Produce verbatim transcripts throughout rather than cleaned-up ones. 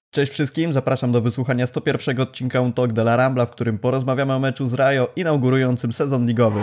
Cześć wszystkim, zapraszam do wysłuchania sto pierwszego odcinka Un Talk de la Rambla, w którym porozmawiamy o meczu z Rayo inaugurującym sezon ligowy.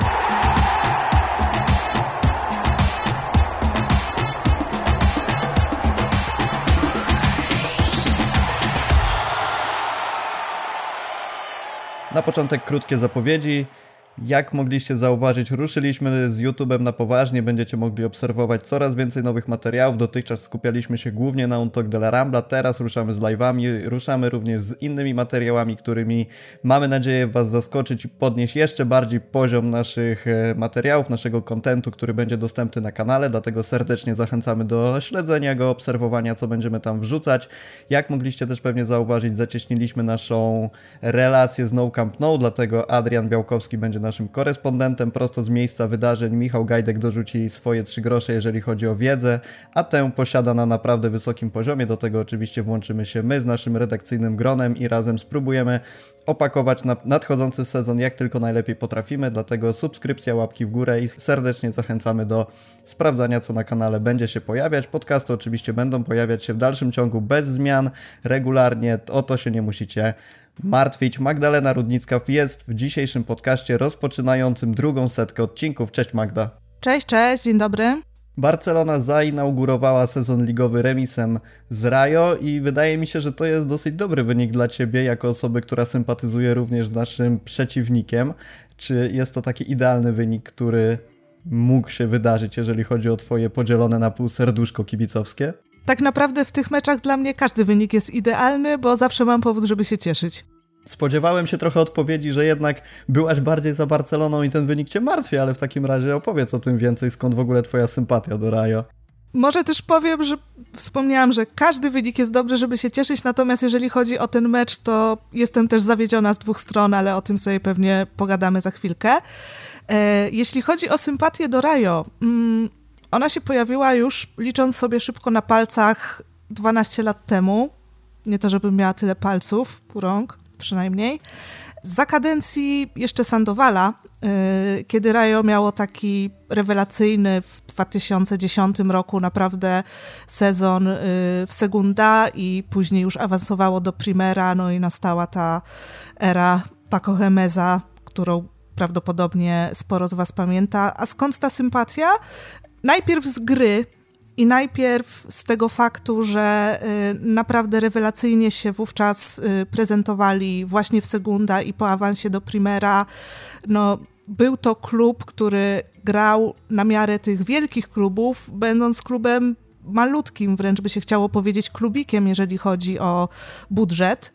Na początek krótkie zapowiedzi. Jak mogliście zauważyć, ruszyliśmy z YouTube'em na poważnie, będziecie mogli obserwować coraz więcej nowych materiałów. Dotychczas skupialiśmy się głównie na Un Talk de la Rambla, teraz ruszamy z live'ami, ruszamy również z innymi materiałami, którymi mamy nadzieję Was zaskoczyć i podnieść jeszcze bardziej poziom naszych materiałów, naszego kontentu, który będzie dostępny na kanale, dlatego serdecznie zachęcamy do śledzenia go, obserwowania, co będziemy tam wrzucać. Jak mogliście też pewnie zauważyć, zacieśniliśmy naszą relację z No Camp No, dlatego Adrian Białkowski będzie naszym korespondentem prosto z miejsca wydarzeń. Michał Gajdek dorzuci swoje trzy grosze, jeżeli chodzi o wiedzę, a tę posiada na naprawdę wysokim poziomie. Do tego oczywiście włączymy się my z naszym redakcyjnym gronem i razem spróbujemy opakować na nadchodzący sezon jak tylko najlepiej potrafimy, dlatego subskrypcja, łapki w górę i serdecznie zachęcamy do sprawdzania, co na kanale będzie się pojawiać. Podcasty oczywiście będą pojawiać się w dalszym ciągu bez zmian, regularnie, o to się nie musicie martwić. Magdalena Rudnicka jest w dzisiejszym podcaście rozpoczynającym drugą setkę odcinków. Cześć Magda. Cześć, cześć, dzień dobry. Barcelona zainaugurowała sezon ligowy remisem z Rayo i wydaje mi się, że to jest dosyć dobry wynik dla Ciebie, jako osoby, która sympatyzuje również z naszym przeciwnikiem. Czy jest to taki idealny wynik, który mógł się wydarzyć, jeżeli chodzi o Twoje podzielone na pół serduszko kibicowskie? Tak naprawdę w tych meczach dla mnie każdy wynik jest idealny, bo zawsze mam powód, żeby się cieszyć. Spodziewałem się trochę odpowiedzi, że jednak byłaś bardziej za Barceloną i ten wynik Cię martwi, ale w takim razie opowiedz o tym więcej, skąd w ogóle Twoja sympatia do Rayo. Może też powiem, że wspomniałam, że każdy wynik jest dobry, żeby się cieszyć, natomiast jeżeli chodzi o ten mecz, to jestem też zawiedziona z dwóch stron, ale o tym sobie pewnie pogadamy za chwilkę. E, jeśli chodzi o sympatię do Rayo, mm, ona się pojawiła już, licząc sobie szybko na palcach, dwanaście lat temu. Nie to, żebym miała tyle palców, pół rąk przynajmniej. Za kadencji jeszcze Sandowala, yy, kiedy Rayo miało taki rewelacyjny w dwa tysiące dziesiątym roku naprawdę sezon yy, w Segunda i później już awansowało do Primera, no i nastała ta era Paco Gémeza, którą prawdopodobnie sporo z Was pamięta. A skąd ta sympatia? Najpierw z gry i najpierw z tego faktu, że y, naprawdę rewelacyjnie się wówczas y, prezentowali właśnie w Segunda i po awansie do Primera. No, był to klub, który grał na miarę tych wielkich klubów, będąc klubem malutkim, wręcz by się chciało powiedzieć klubikiem, jeżeli chodzi o budżet.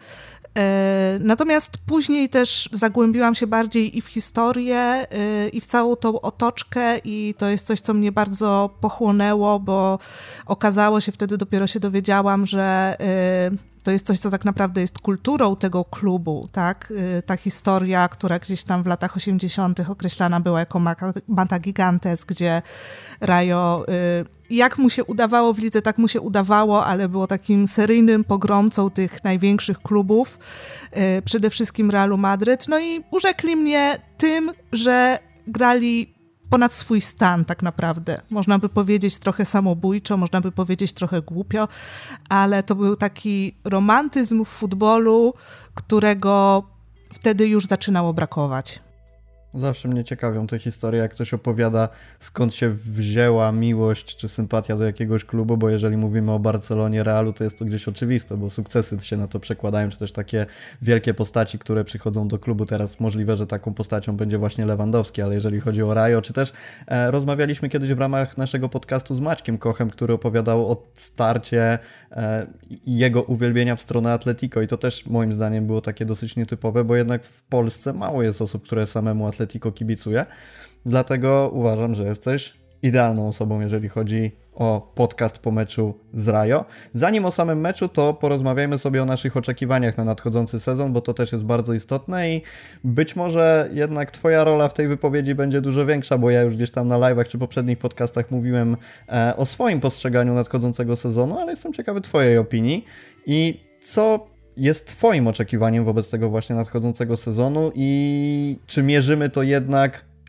Natomiast później też zagłębiłam się bardziej i w historię, i w całą tą otoczkę i to jest coś, co mnie bardzo pochłonęło, bo okazało się, wtedy dopiero się dowiedziałam, że to jest coś, co tak naprawdę jest kulturą tego klubu, tak? Ta historia, która gdzieś tam w latach osiemdziesiątych określana była jako Mata Gigantes, gdzie Rayo, jak mu się udawało w lidze, tak mu się udawało, ale było takim seryjnym pogromcą tych największych klubów, przede wszystkim Realu Madryt. No i urzekli mnie tym, że grali ponad swój stan tak naprawdę. Można by powiedzieć trochę samobójczo, można by powiedzieć trochę głupio, ale to był taki romantyzm w futbolu, którego wtedy już zaczynało brakować. Zawsze mnie ciekawią te historie, jak ktoś opowiada, skąd się wzięła miłość czy sympatia do jakiegoś klubu, bo jeżeli mówimy o Barcelonie, Realu, to jest to gdzieś oczywiste, bo sukcesy się na to przekładają, czy też takie wielkie postaci, które przychodzą do klubu. Teraz możliwe, że taką postacią będzie właśnie Lewandowski, ale jeżeli chodzi o Rayo, czy też e, rozmawialiśmy kiedyś w ramach naszego podcastu z Maćkiem Kochem, który opowiadał o starcie e, jego uwielbienia w stronę Atletico i to też moim zdaniem było takie dosyć nietypowe, bo jednak w Polsce mało jest osób, które samemu Atletico Atletico kibicuje, dlatego uważam, że jesteś idealną osobą, jeżeli chodzi o podcast po meczu z Rayo. Zanim o samym meczu, to porozmawiajmy sobie o naszych oczekiwaniach na nadchodzący sezon, bo to też jest bardzo istotne i być może jednak Twoja rola w tej wypowiedzi będzie dużo większa, bo ja już gdzieś tam na live'ach czy poprzednich podcastach mówiłem e, o swoim postrzeganiu nadchodzącego sezonu, ale jestem ciekawy Twojej opinii i co jest Twoim oczekiwaniem wobec tego właśnie nadchodzącego sezonu i czy mierzymy to jednak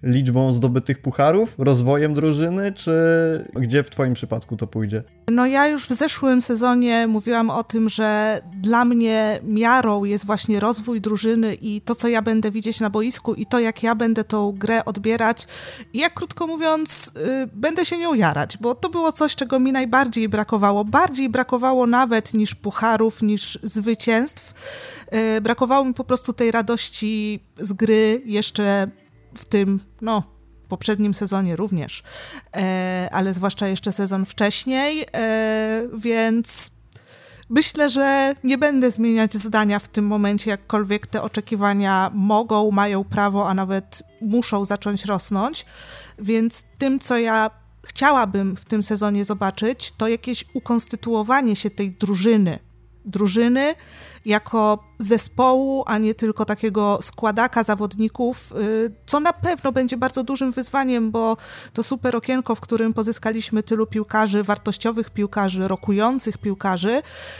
liczbą zdobytych pucharów, rozwojem drużyny, czy gdzie w twoim przypadku to pójdzie? No ja już w zeszłym sezonie mówiłam o tym, że dla mnie miarą jest właśnie rozwój drużyny i to, co ja będę widzieć na boisku i to, jak ja będę tą grę odbierać i jak krótko mówiąc yy, będę się nią jarać, bo to było coś, czego mi najbardziej brakowało. Bardziej brakowało nawet niż pucharów, niż zwycięstw. Yy, brakowało mi po prostu tej radości z gry jeszcze w tym, no poprzednim sezonie również, e, ale zwłaszcza jeszcze sezon wcześniej, e, więc myślę, że nie będę zmieniać zdania w tym momencie, jakkolwiek te oczekiwania mogą, mają prawo, a nawet muszą zacząć rosnąć, więc tym, co ja chciałabym w tym sezonie zobaczyć, to jakieś ukonstytuowanie się tej drużyny, drużyny jako zespołu, a nie tylko takiego składaka zawodników, co na pewno będzie bardzo dużym wyzwaniem, bo to super okienko, w którym pozyskaliśmy tylu piłkarzy, wartościowych piłkarzy, rokujących piłkarzy,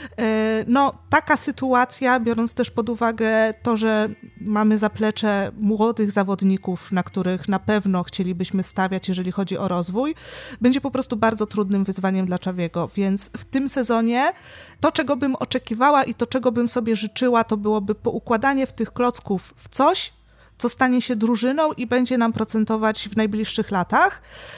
no taka sytuacja, biorąc też pod uwagę to, że mamy zaplecze młodych zawodników, na których na pewno chcielibyśmy stawiać, jeżeli chodzi o rozwój, będzie po prostu bardzo trudnym wyzwaniem dla Xaviego, więc w tym sezonie to, czego bym oczekiwała i to, czego bym sobie życzyła, to byłoby poukładanie w tych klocków w coś, co stanie się drużyną i będzie nam procentować w najbliższych latach.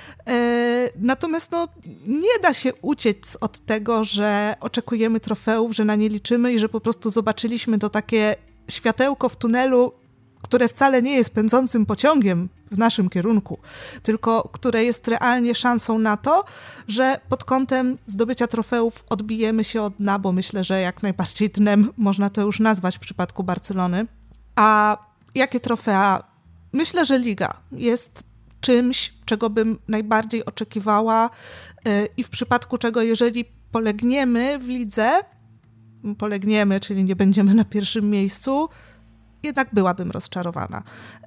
E, natomiast no, nie da się uciec od tego, że oczekujemy trofeów, że na nie liczymy i że po prostu zobaczyliśmy to takie światełko w tunelu, które wcale nie jest pędzącym pociągiem w naszym kierunku, tylko które jest realnie szansą na to, że pod kątem zdobycia trofeów odbijemy się od dna, bo myślę, że jak najbardziej dnem można to już nazwać w przypadku Barcelony. A jakie trofea? Myślę, że Liga jest czymś, czego bym najbardziej oczekiwała i w przypadku czego, jeżeli polegniemy w lidze, polegniemy, czyli nie będziemy na pierwszym miejscu, jednak byłabym rozczarowana.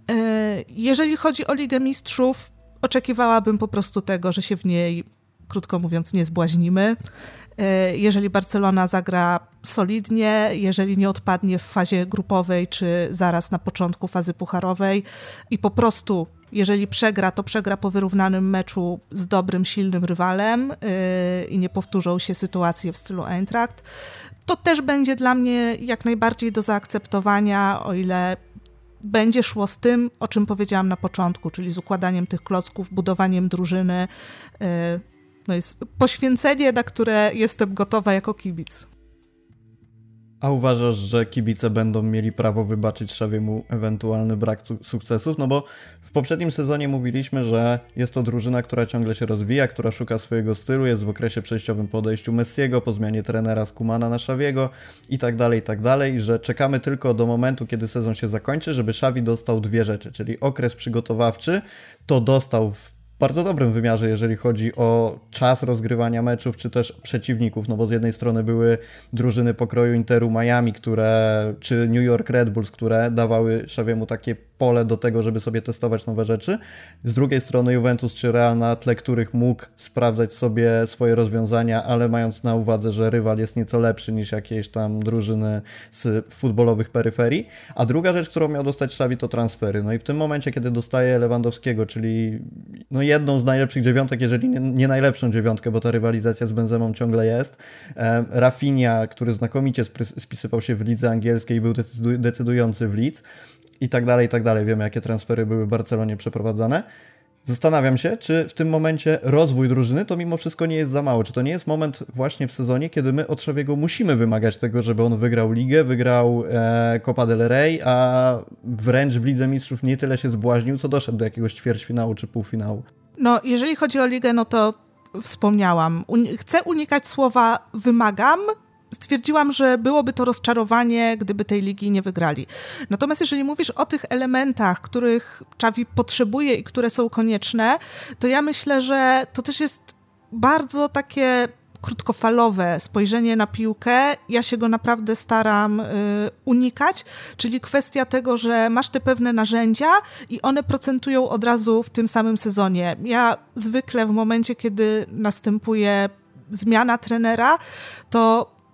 Jeżeli chodzi o Ligę Mistrzów, oczekiwałabym po prostu tego, że się w niej, krótko mówiąc, nie zbłaźnimy. Jeżeli Barcelona zagra solidnie, jeżeli nie odpadnie w fazie grupowej, czy zaraz na początku fazy pucharowej i po prostu, jeżeli przegra, to przegra po wyrównanym meczu z dobrym, silnym rywalem yy, i nie powtórzą się sytuacje w stylu Eintracht, to też będzie dla mnie jak najbardziej do zaakceptowania, o ile będzie szło z tym, o czym powiedziałam na początku, czyli z układaniem tych klocków, budowaniem drużyny. Yy, no jest poświęcenie, na które jestem gotowa jako kibic. A uważasz, że kibice będą mieli prawo wybaczyć Xaviemu ewentualny brak su- sukcesów? No bo w poprzednim sezonie mówiliśmy, że jest to drużyna, która ciągle się rozwija, która szuka swojego stylu, jest w okresie przejściowym po odejściu Messiego, po zmianie trenera z Kumana na Xaviego i tak dalej, i tak dalej, że czekamy tylko do momentu, kiedy sezon się zakończy, żeby Xavi dostał dwie rzeczy, czyli okres przygotowawczy, to dostał w bardzo dobrym wymiarze, jeżeli chodzi o czas rozgrywania meczów, czy też przeciwników, no bo z jednej strony były drużyny pokroju Interu Miami, które, czy New York Red Bulls, które dawały Xaviemu takie pole do tego, żeby sobie testować nowe rzeczy. Z drugiej strony Juventus czy Real, na tle których mógł sprawdzać sobie swoje rozwiązania, ale mając na uwadze, że rywal jest nieco lepszy niż jakieś tam drużyny z futbolowych peryferii. A druga rzecz, którą miał dostać Xavi, to transfery. No i w tym momencie, kiedy dostaje Lewandowskiego, czyli no jedną z najlepszych dziewiątek, jeżeli nie, nie najlepszą dziewiątkę, bo ta rywalizacja z Benzemą ciągle jest. E, Rafinha, który znakomicie spry- spisywał się w lidze angielskiej i był decydu- decydujący w Leeds i tak dalej, i tak dalej. Wiemy, jakie transfery były w Barcelonie przeprowadzane. Zastanawiam się, czy w tym momencie rozwój drużyny to mimo wszystko nie jest za mało. Czy to nie jest moment właśnie w sezonie, kiedy my od Xaviego musimy wymagać tego, żeby on wygrał ligę, wygrał e, Copa del Rey, a wręcz w Lidze Mistrzów nie tyle się zbłaźnił, co doszedł do jakiegoś ćwierćfinału czy półfinału. No, jeżeli chodzi o ligę, no to wspomniałam. Un- chcę unikać słowa wymagam. Stwierdziłam, że byłoby to rozczarowanie, gdyby tej ligi nie wygrali. Natomiast jeżeli mówisz o tych elementach, których Xavi potrzebuje i które są konieczne, to ja myślę, że to też jest bardzo takie krótkofalowe spojrzenie na piłkę. Ja się go naprawdę staram y, unikać, czyli kwestia tego, że masz te pewne narzędzia i one procentują od razu w tym samym sezonie. Ja zwykle w momencie, kiedy następuje zmiana trenera, to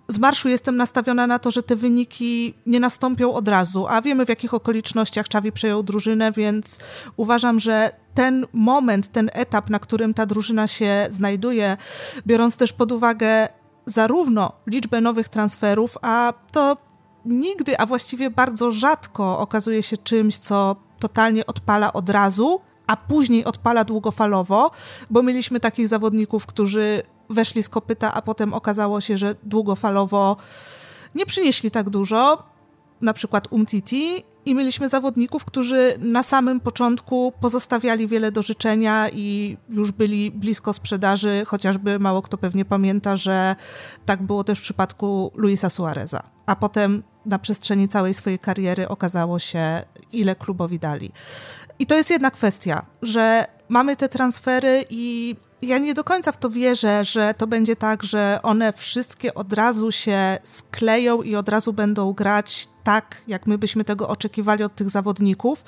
z marszu jestem nastawiona na to, że te wyniki nie nastąpią od razu, a wiemy, w jakich okolicznościach Xavi przejął drużynę, więc uważam, że ten moment, ten etap, na którym ta drużyna się znajduje, biorąc też pod uwagę zarówno liczbę nowych transferów, a to nigdy, a właściwie bardzo rzadko okazuje się czymś, co totalnie odpala od razu, a później odpala długofalowo, bo mieliśmy takich zawodników, którzy weszli z kopyta, a potem okazało się, że długofalowo nie przynieśli tak dużo, na przykład Umtiti, i mieliśmy zawodników, którzy na samym początku pozostawiali wiele do życzenia i już byli blisko sprzedaży, chociażby mało kto pewnie pamięta, że tak było też w przypadku Luisa Suareza. A potem na przestrzeni całej swojej kariery okazało się, ile klubowi dali. I to jest jedna kwestia, że mamy te transfery i ja nie do końca w to wierzę, że to będzie tak, że one wszystkie od razu się skleją i od razu będą grać tak, jak my byśmy tego oczekiwali od tych zawodników,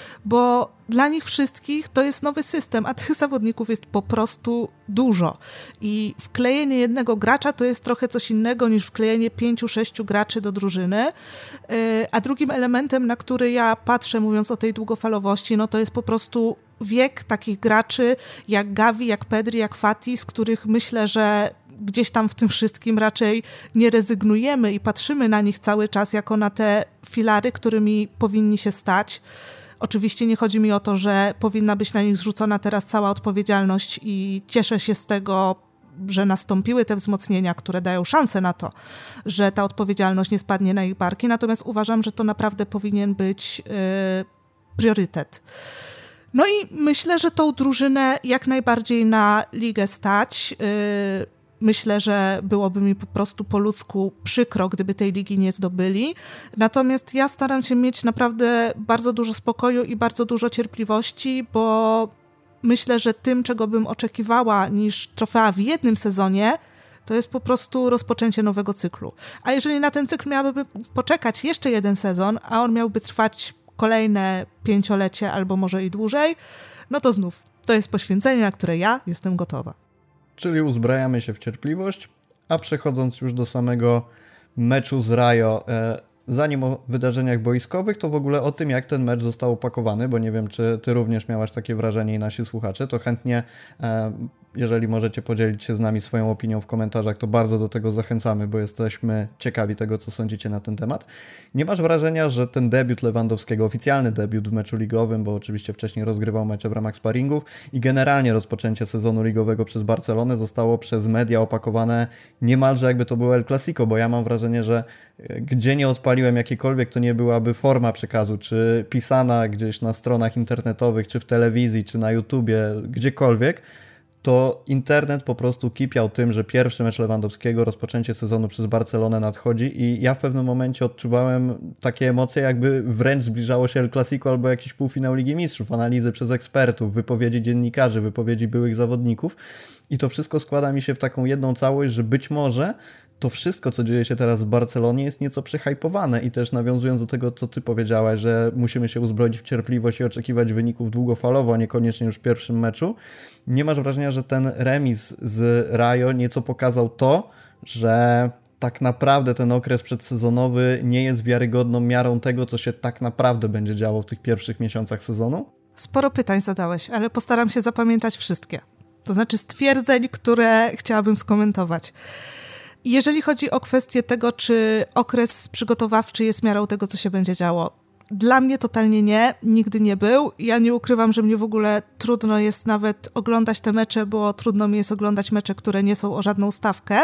bo dla nich wszystkich to jest nowy system, a tych zawodników jest po prostu dużo. I wklejenie jednego gracza to jest trochę coś innego niż wklejenie pięciu, sześciu graczy do drużyny. A drugim elementem, na który ja patrzę, mówiąc o tej długofalowości, no to jest po prostu wiek takich graczy jak Gavi, jak Pedri, jak Fati, z których myślę, że gdzieś tam w tym wszystkim raczej nie rezygnujemy i patrzymy na nich cały czas jako na te filary, którymi powinni się stać. Oczywiście nie chodzi mi o to, że powinna być na nich zrzucona teraz cała odpowiedzialność i cieszę się z tego, że nastąpiły te wzmocnienia, które dają szansę na to, że ta odpowiedzialność nie spadnie na ich barki, natomiast uważam, że to naprawdę powinien być yy, priorytet. No i myślę, że tą drużynę jak najbardziej na ligę stać. Yy, Myślę, że byłoby mi po prostu po ludzku przykro, gdyby tej ligi nie zdobyli. Natomiast ja staram się mieć naprawdę bardzo dużo spokoju i bardzo dużo cierpliwości, bo myślę, że tym, czego bym oczekiwała niż trofea w jednym sezonie, to jest po prostu rozpoczęcie nowego cyklu. A jeżeli na ten cykl miałaby poczekać jeszcze jeden sezon, a on miałby trwać kolejne pięciolecie albo może i dłużej, no to znów to jest poświęcenie, na które ja jestem gotowa. Czyli uzbrajamy się w cierpliwość, a przechodząc już do samego meczu z Rayo, e, zanim o wydarzeniach boiskowych, to w ogóle o tym, jak ten mecz został opakowany, bo nie wiem, czy ty również miałaś takie wrażenie i nasi słuchacze, to chętnie, e, jeżeli możecie podzielić się z nami swoją opinią w komentarzach, to bardzo do tego zachęcamy, bo jesteśmy ciekawi tego, co sądzicie na ten temat. Nie masz wrażenia, że ten debiut Lewandowskiego, oficjalny debiut w meczu ligowym, bo oczywiście wcześniej rozgrywał mecze w ramach sparingów i generalnie rozpoczęcie sezonu ligowego przez Barcelonę zostało przez media opakowane niemalże jakby to było El Clasico, bo ja mam wrażenie, że gdzie nie odpaliłem jakiejkolwiek, to nie byłaby forma przekazu, czy pisana gdzieś na stronach internetowych, czy w telewizji, czy na YouTubie, gdziekolwiek, to internet po prostu kipiał tym, że pierwszy mecz Lewandowskiego, rozpoczęcie sezonu przez Barcelonę nadchodzi i ja w pewnym momencie odczuwałem takie emocje, jakby wręcz zbliżało się El Clasico albo jakiś półfinał Ligi Mistrzów, analizy przez ekspertów, wypowiedzi dziennikarzy, wypowiedzi byłych zawodników i to wszystko składa mi się w taką jedną całość, że być może to wszystko, co dzieje się teraz w Barcelonie, jest nieco przehypowane i też nawiązując do tego, co ty powiedziałaś, że musimy się uzbroić w cierpliwość i oczekiwać wyników długofalowo, a niekoniecznie już w pierwszym meczu, nie masz wrażenia, że ten remis z Rayo nieco pokazał to, że tak naprawdę ten okres przedsezonowy nie jest wiarygodną miarą tego, co się tak naprawdę będzie działo w tych pierwszych miesiącach sezonu? Sporo pytań zadałeś, ale postaram się zapamiętać wszystkie. To znaczy stwierdzeń, które chciałabym skomentować. Jeżeli chodzi o kwestię tego, czy okres przygotowawczy jest miarą tego, co się będzie działo, dla mnie totalnie nie, nigdy nie był. Ja nie ukrywam, że mnie w ogóle trudno jest nawet oglądać te mecze, bo trudno mi jest oglądać mecze, które nie są o żadną stawkę.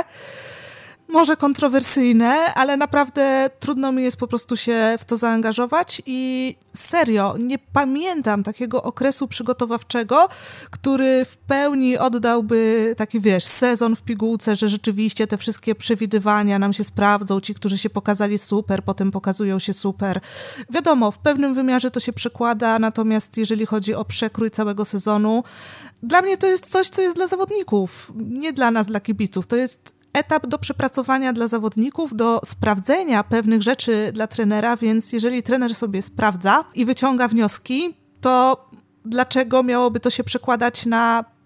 Może kontrowersyjne, ale naprawdę trudno mi jest po prostu się w to zaangażować i serio, nie pamiętam takiego okresu przygotowawczego, który w pełni oddałby taki, wiesz, sezon w pigułce, że rzeczywiście te wszystkie przewidywania nam się sprawdzą, ci, którzy się pokazali super, potem pokazują się super. Wiadomo, w pewnym wymiarze to się przekłada, natomiast jeżeli chodzi o przekrój całego sezonu, dla mnie to jest coś, co jest dla zawodników, nie dla nas, dla kibiców. To jest etap do przepracowania dla zawodników, do sprawdzenia pewnych rzeczy dla trenera, więc jeżeli trener sobie sprawdza i wyciąga wnioski, to dlaczego miałoby to się przekładać na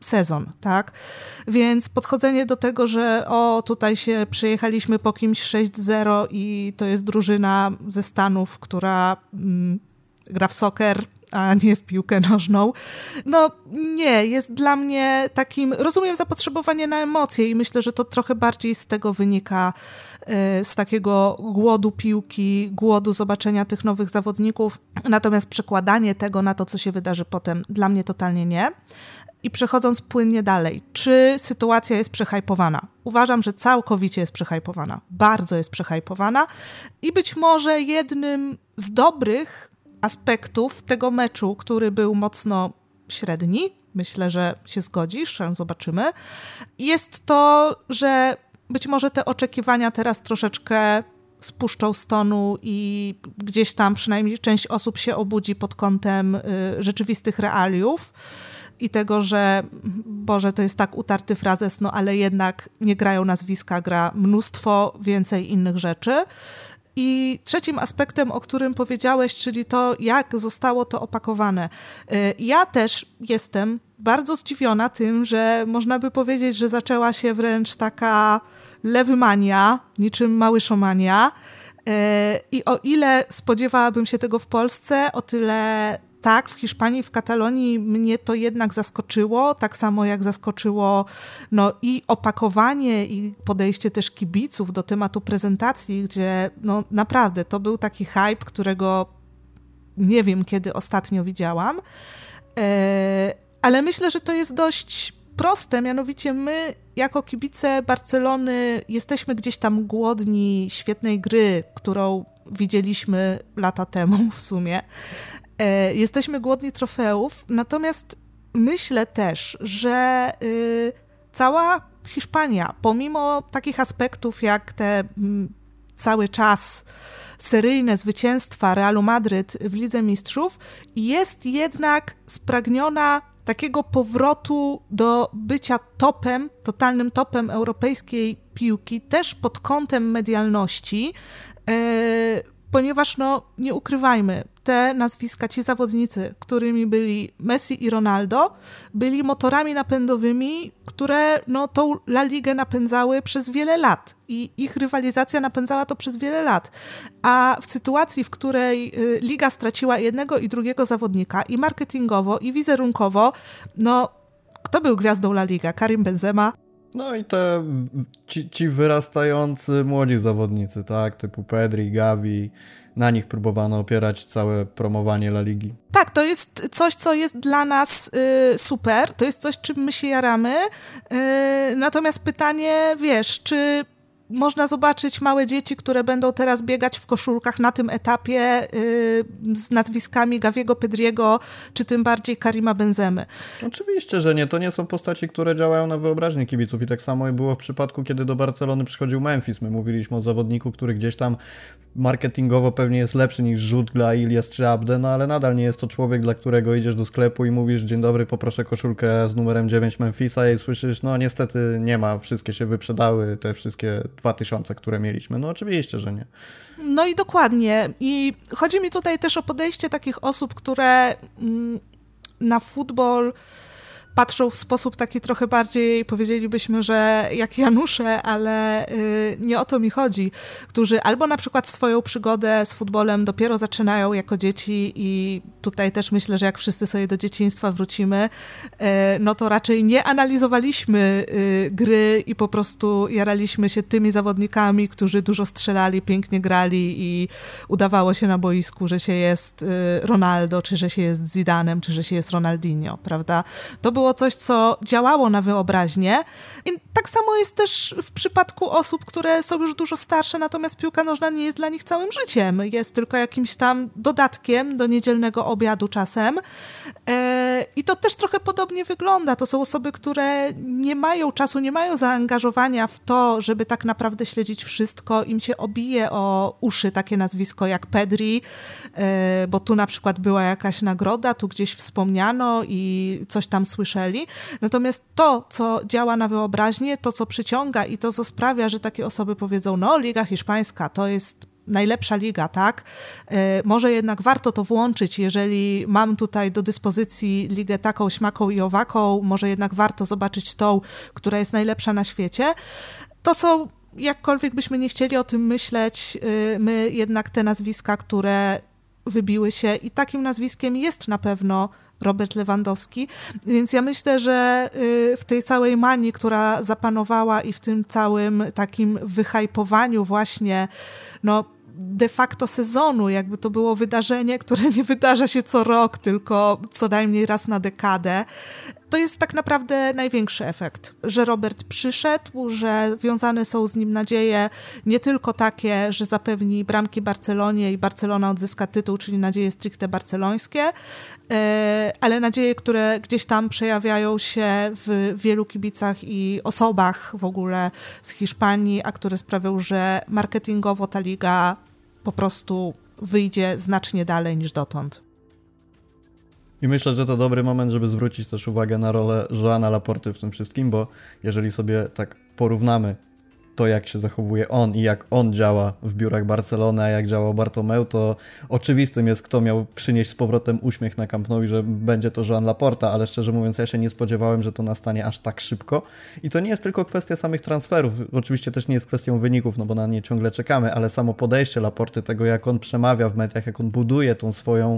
sezon, tak? Więc podchodzenie do tego, że o, tutaj się przyjechaliśmy po kimś sześć zero i to jest drużyna ze Stanów, która mm, gra w soccer, a nie w piłkę nożną. No nie, jest dla mnie takim, rozumiem zapotrzebowanie na emocje i myślę, że to trochę bardziej z tego wynika, z takiego głodu piłki, głodu zobaczenia tych nowych zawodników, natomiast przekładanie tego na to, co się wydarzy potem, dla mnie totalnie nie. I przechodząc płynnie dalej, czy sytuacja jest przehajpowana? Uważam, że całkowicie jest przehajpowana, bardzo jest przehajpowana i być może jednym z dobrych aspektów tego meczu, który był mocno średni, myślę, że się zgodzisz, zobaczymy, jest to, że być może te oczekiwania teraz troszeczkę spuszczą z tonu i gdzieś tam przynajmniej część osób się obudzi pod kątem y, rzeczywistych realiów i tego, że Boże, to jest tak utarty frazes, no ale jednak nie grają nazwiska, gra mnóstwo więcej innych rzeczy. I trzecim aspektem, o którym powiedziałeś, czyli to, jak zostało to opakowane. Ja też jestem bardzo zdziwiona tym, że można by powiedzieć, że zaczęła się wręcz taka lewymania, niczym małyszomania. I o ile spodziewałabym się tego w Polsce, o tyle tak, w Hiszpanii, w Katalonii mnie to jednak zaskoczyło, tak samo jak zaskoczyło no, i opakowanie, i podejście też kibiców do tematu prezentacji, gdzie no, naprawdę to był taki hype, którego nie wiem, kiedy ostatnio widziałam, e, ale myślę, że to jest dość proste, mianowicie my jako kibice Barcelony jesteśmy gdzieś tam głodni świetnej gry, którą widzieliśmy lata temu w sumie. Jesteśmy głodni trofeów, natomiast myślę też, że y, cała Hiszpania, pomimo takich aspektów jak te m, cały czas seryjne zwycięstwa Realu Madryt w Lidze Mistrzów, jest jednak spragniona takiego powrotu do bycia topem, totalnym topem europejskiej piłki, też pod kątem medialności, y, ponieważ no nie ukrywajmy, te nazwiska, ci zawodnicy, którymi byli Messi i Ronaldo, byli motorami napędowymi, które no, tą La Ligę napędzały przez wiele lat i ich rywalizacja napędzała to przez wiele lat. A w sytuacji, w której Liga straciła jednego i drugiego zawodnika i marketingowo, i wizerunkowo, no kto był gwiazdą La Liga? Karim Benzema. No i te ci, ci wyrastający młodzi zawodnicy, tak, typu Pedri, Gavi, na nich próbowano opierać całe promowanie La Ligi. Tak, to jest coś, co jest dla nas y, super, to jest coś, czym my się jaramy, y, natomiast pytanie, wiesz, czy można zobaczyć małe dzieci, które będą teraz biegać w koszulkach na tym etapie y, z nazwiskami Gaviego, Pedriego, czy tym bardziej Karima Benzemy. Oczywiście, że nie. To nie są postaci, które działają na wyobraźnię kibiców i tak samo było w przypadku, kiedy do Barcelony przychodził Memphis. My mówiliśmy o zawodniku, który gdzieś tam marketingowo pewnie jest lepszy niż Żutgla, Ilias czy Abde, no ale nadal nie jest to człowiek, dla którego idziesz do sklepu i mówisz: dzień dobry, poproszę koszulkę z numerem dziewięć Memphisa i słyszysz: no niestety nie ma, wszystkie się wyprzedały, te wszystkie dwa tysiące, które mieliśmy. No oczywiście, że nie. No i dokładnie. I chodzi mi tutaj też o podejście takich osób, które mm, na futbol patrzą w sposób taki trochę bardziej, powiedzielibyśmy, że jak Janusze, ale y, nie o to mi chodzi, którzy albo na przykład swoją przygodę z futbolem dopiero zaczynają jako dzieci i tutaj też myślę, że jak wszyscy sobie do dzieciństwa wrócimy, y, no to raczej nie analizowaliśmy y, gry i po prostu jaraliśmy się tymi zawodnikami, którzy dużo strzelali, pięknie grali i udawało się na boisku, że się jest y, Ronaldo, czy że się jest Zidanem, czy że się jest Ronaldinho, prawda? To było coś, co działało na wyobraźnię. I tak samo jest też w przypadku osób, które są już dużo starsze, natomiast piłka nożna nie jest dla nich całym życiem. Jest tylko jakimś tam dodatkiem do niedzielnego obiadu czasem. I to też trochę podobnie wygląda. To są osoby, które nie mają czasu, nie mają zaangażowania w to, żeby tak naprawdę śledzić wszystko. Im się obije o uszy takie nazwisko jak Pedri, bo tu na przykład była jakaś nagroda, tu gdzieś wspomniano i coś tam słyszeli. Natomiast to, co działa na wyobraźnię, to, co przyciąga i to, co sprawia, że takie osoby powiedzą: no, Liga Hiszpańska to jest najlepsza liga, tak? Może jednak warto to włączyć, jeżeli mam tutaj do dyspozycji ligę taką, śmaką i owaką, może jednak warto zobaczyć tą, która jest najlepsza na świecie. To są, jakkolwiek byśmy nie chcieli o tym myśleć, my jednak te nazwiska, które wybiły się i takim nazwiskiem jest na pewno Robert Lewandowski, więc ja myślę, że w tej całej manii, która zapanowała i w tym całym takim wyhajpowaniu właśnie, no de facto sezonu, jakby to było wydarzenie, które nie wydarza się co rok, tylko co najmniej raz na dekadę. To jest tak naprawdę największy efekt, że Robert przyszedł, że wiązane są z nim nadzieje nie tylko takie, że zapewni bramki Barcelonie i Barcelona odzyska tytuł, czyli nadzieje stricte barcelońskie, ale nadzieje, które gdzieś tam przejawiają się w wielu kibicach i osobach w ogóle z Hiszpanii, a które sprawią, że marketingowo ta liga po prostu wyjdzie znacznie dalej niż dotąd. I myślę, że to dobry moment, żeby zwrócić też uwagę na rolę Joana Laporty w tym wszystkim, bo jeżeli sobie tak porównamy to, jak się zachowuje on i jak on działa w biurach Barcelony, a jak działał Bartomeu, to oczywistym jest, kto miał przynieść z powrotem uśmiech na Camp Nou i że będzie to Joan Laporta, ale szczerze mówiąc ja się nie spodziewałem, że to nastanie aż tak szybko. I to nie jest tylko kwestia samych transferów, oczywiście też nie jest kwestią wyników, no bo na nie ciągle czekamy, ale samo podejście Laporty, tego jak on przemawia w mediach, jak on buduje tą swoją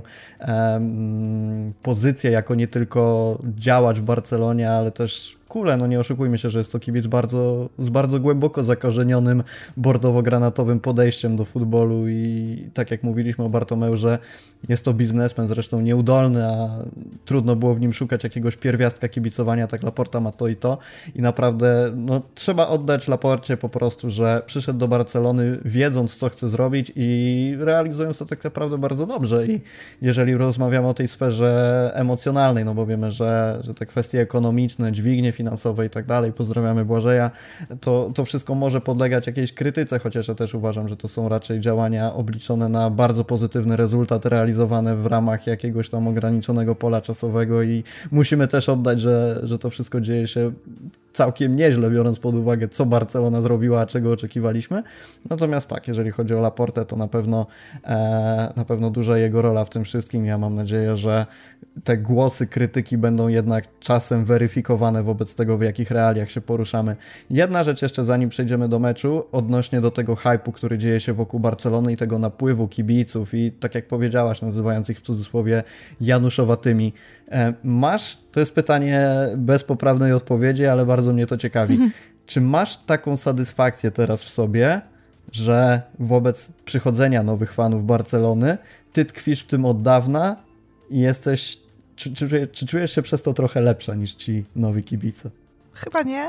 em, pozycję jako nie tylko działacz w Barcelonie, ale też kulę, no nie oszukujmy się, że jest to kibic bardzo, z bardzo głęboko zakorzenionym bordowo-granatowym podejściem do futbolu i tak jak mówiliśmy o Bartomeu, że jest to biznesmen, zresztą nieudolny, a trudno było w nim szukać jakiegoś pierwiastka kibicowania, tak Laporta ma to i to i naprawdę no, trzeba oddać Laporcie po prostu, że przyszedł do Barcelony wiedząc, co chce zrobić i realizując to tak naprawdę bardzo dobrze i jeżeli rozmawiamy o tej sferze emocjonalnej, no bo wiemy, że, że te kwestie ekonomiczne, dźwignie finansowe i tak dalej, pozdrawiamy Błażeja, to, to wszystko może podlegać jakiejś krytyce, chociaż ja też uważam, że to są raczej działania obliczone na bardzo pozytywny rezultat, realizowane w ramach jakiegoś tam ograniczonego pola czasowego i musimy też oddać, że, że to wszystko dzieje się całkiem nieźle, biorąc pod uwagę, co Barcelona zrobiła, a czego oczekiwaliśmy. Natomiast tak, jeżeli chodzi o Laportę, to na pewno e, na pewno duża jego rola w tym wszystkim. Ja mam nadzieję, że te głosy krytyki będą jednak czasem weryfikowane wobec tego, w jakich realiach się poruszamy. Jedna rzecz jeszcze, zanim przejdziemy do meczu, odnośnie do tego hype'u, który dzieje się wokół Barcelony i tego napływu kibiców i tak jak powiedziałaś, nazywając ich w cudzysłowie Januszowatymi. E, masz, to jest pytanie bez poprawnej odpowiedzi, ale bardzo mnie to ciekawi. Mhm. Czy masz taką satysfakcję teraz w sobie, że wobec przychodzenia nowych fanów Barcelony ty tkwisz w tym od dawna i jesteś, czy, czy, czy czujesz się przez to trochę lepsza niż ci nowi kibice? Chyba nie.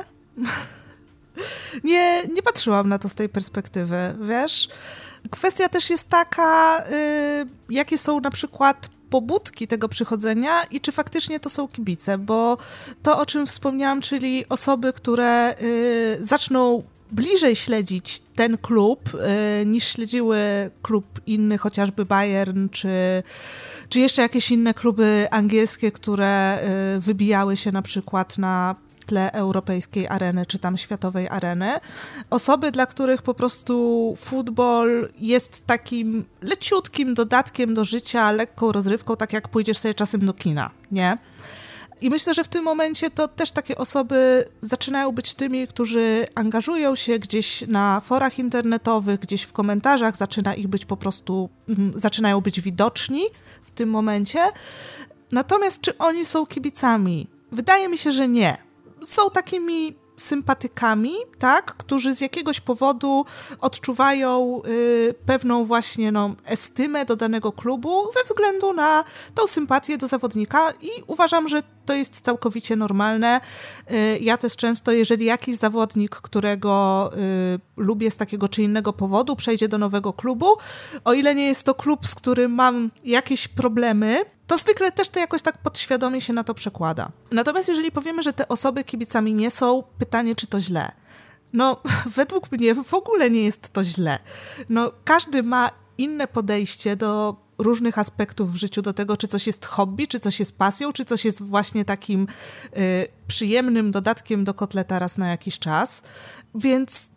nie, nie patrzyłam na to z tej perspektywy, wiesz? Kwestia też jest taka, yy, jakie są na przykład pobudki tego przychodzenia i czy faktycznie to są kibice, bo to, o czym wspomniałam, czyli osoby, które y, zaczną bliżej śledzić ten klub y, niż śledziły klub inny, chociażby Bayern, czy, czy jeszcze jakieś inne kluby angielskie, które y, wybijały się na przykład na tle europejskiej areny, czy tam światowej areny. Osoby, dla których po prostu futbol jest takim leciutkim dodatkiem do życia, lekką rozrywką, tak jak pójdziesz sobie czasem do kina, nie? I myślę, że w tym momencie to też takie osoby zaczynają być tymi, którzy angażują się gdzieś na forach internetowych, gdzieś w komentarzach, zaczyna ich być po prostu, zaczynają być widoczni w tym momencie. Natomiast czy oni są kibicami? Wydaje mi się, że nie. Są takimi sympatykami, tak, którzy z jakiegoś powodu odczuwają y, pewną właśnie no, estymę do danego klubu ze względu na tą sympatię do zawodnika i uważam, że to jest całkowicie normalne. Y, ja też często, jeżeli jakiś zawodnik, którego y, lubię z takiego czy innego powodu, przejdzie do nowego klubu, o ile nie jest to klub, z którym mam jakieś problemy, to zwykle też to jakoś tak podświadomie się na to przekłada. Natomiast jeżeli powiemy, że te osoby kibicami nie są, pytanie, czy to źle? No, według mnie w ogóle nie jest to źle. No, każdy ma inne podejście do różnych aspektów w życiu, do tego, czy coś jest hobby, czy coś jest pasją, czy coś jest właśnie takim y, przyjemnym dodatkiem do kotleta raz na jakiś czas. Więc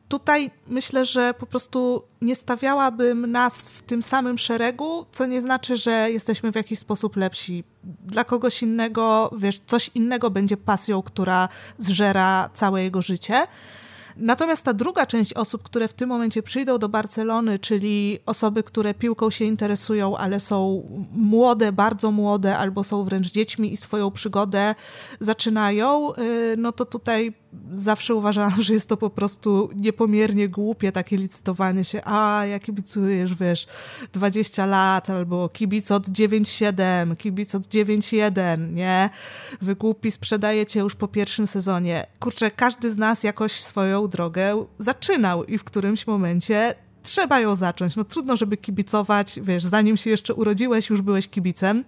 tutaj myślę, że po prostu nie stawiałabym nas w tym samym szeregu, co nie znaczy, że jesteśmy w jakiś sposób lepsi. Dla kogoś innego, wiesz, coś innego będzie pasją, która zżera całe jego życie. Natomiast ta druga część osób, które w tym momencie przyjdą do Barcelony, czyli osoby, które piłką się interesują, ale są młode, bardzo młode, albo są wręcz dziećmi i swoją przygodę zaczynają, no to tutaj zawsze uważałam, że jest to po prostu niepomiernie głupie takie licytowanie się, a ja kibicujesz, wiesz, dwadzieścia lat, albo kibic od dziewięć siedem, kibic od dziewięć jeden, nie? Wy głupi, sprzedajecie już po pierwszym sezonie. Kurczę, każdy z nas jakoś swoją drogę zaczynał i w którymś momencie trzeba ją zacząć. No trudno, żeby kibicować, wiesz, zanim się jeszcze urodziłeś, już byłeś kibicem.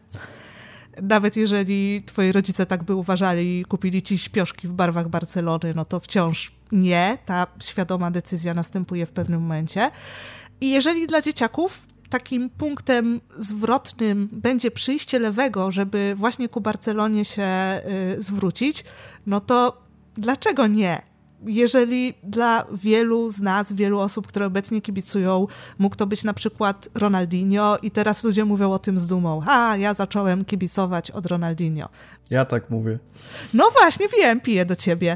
Nawet jeżeli twoi rodzice tak by uważali i kupili ci śpioszki w barwach Barcelony, no to wciąż nie. Ta świadoma decyzja następuje w pewnym momencie. I jeżeli dla dzieciaków takim punktem zwrotnym będzie przyjście lewego, żeby właśnie ku Barcelonie się y, zwrócić, no to dlaczego nie? Jeżeli dla wielu z nas, wielu osób, które obecnie kibicują, mógł to być na przykład Ronaldinho i teraz ludzie mówią o tym z dumą. A, ja zacząłem kibicować od Ronaldinho. Ja tak mówię. No właśnie, wiem, piję do ciebie.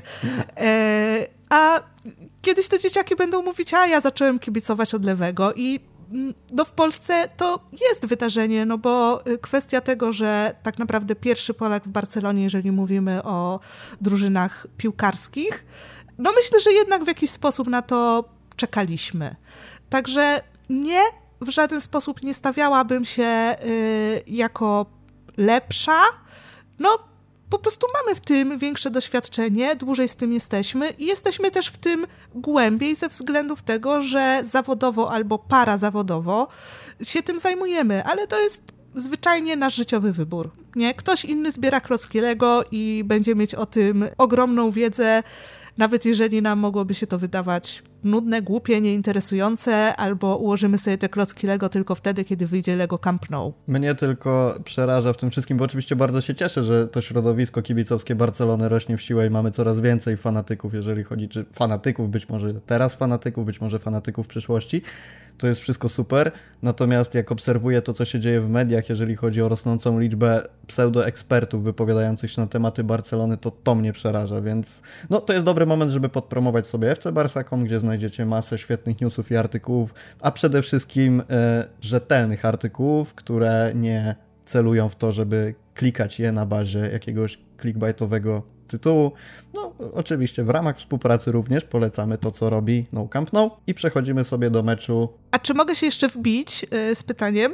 E, a kiedyś te dzieciaki będą mówić, a ja zacząłem kibicować od lewego i no w Polsce to jest wydarzenie, no bo kwestia tego, że tak naprawdę pierwszy Polak w Barcelonie, jeżeli mówimy o drużynach piłkarskich, no myślę, że jednak w jakiś sposób na to czekaliśmy. Także nie, w żaden sposób nie stawiałabym się y, jako lepsza. No po prostu mamy w tym większe doświadczenie, dłużej z tym jesteśmy i jesteśmy też w tym głębiej ze względów tego, że zawodowo albo parazawodowo się tym zajmujemy, ale to jest zwyczajnie nasz życiowy wybór. Nie? Ktoś inny zbiera klocki Lego i będzie mieć o tym ogromną wiedzę, nawet jeżeli nam mogłoby się to wydawać nudne, głupie, nieinteresujące, albo ułożymy sobie te klocki Lego tylko wtedy, kiedy wyjdzie Lego Camp Nou. Mnie tylko przeraża w tym wszystkim, bo oczywiście bardzo się cieszę, że to środowisko kibicowskie Barcelony rośnie w siłę i mamy coraz więcej fanatyków, jeżeli chodzi, czy fanatyków, być może teraz fanatyków, być może fanatyków w przyszłości. To jest wszystko super, natomiast jak obserwuję to, co się dzieje w mediach, jeżeli chodzi o rosnącą liczbę pseudoekspertów wypowiadających się na tematy Barcelony, to to mnie przeraża, więc no to jest dobry moment, żeby podpromować sobie F C Barca kropka com, gdzie znajdziecie masę świetnych newsów i artykułów, a przede wszystkim e, rzetelnych artykułów, które nie celują w to, żeby klikać je na bazie jakiegoś clickbaitowego tytułu. No, oczywiście w ramach współpracy również polecamy to, co robi No Camp Nou i przechodzimy sobie do meczu. A czy mogę się jeszcze wbić yy, z pytaniem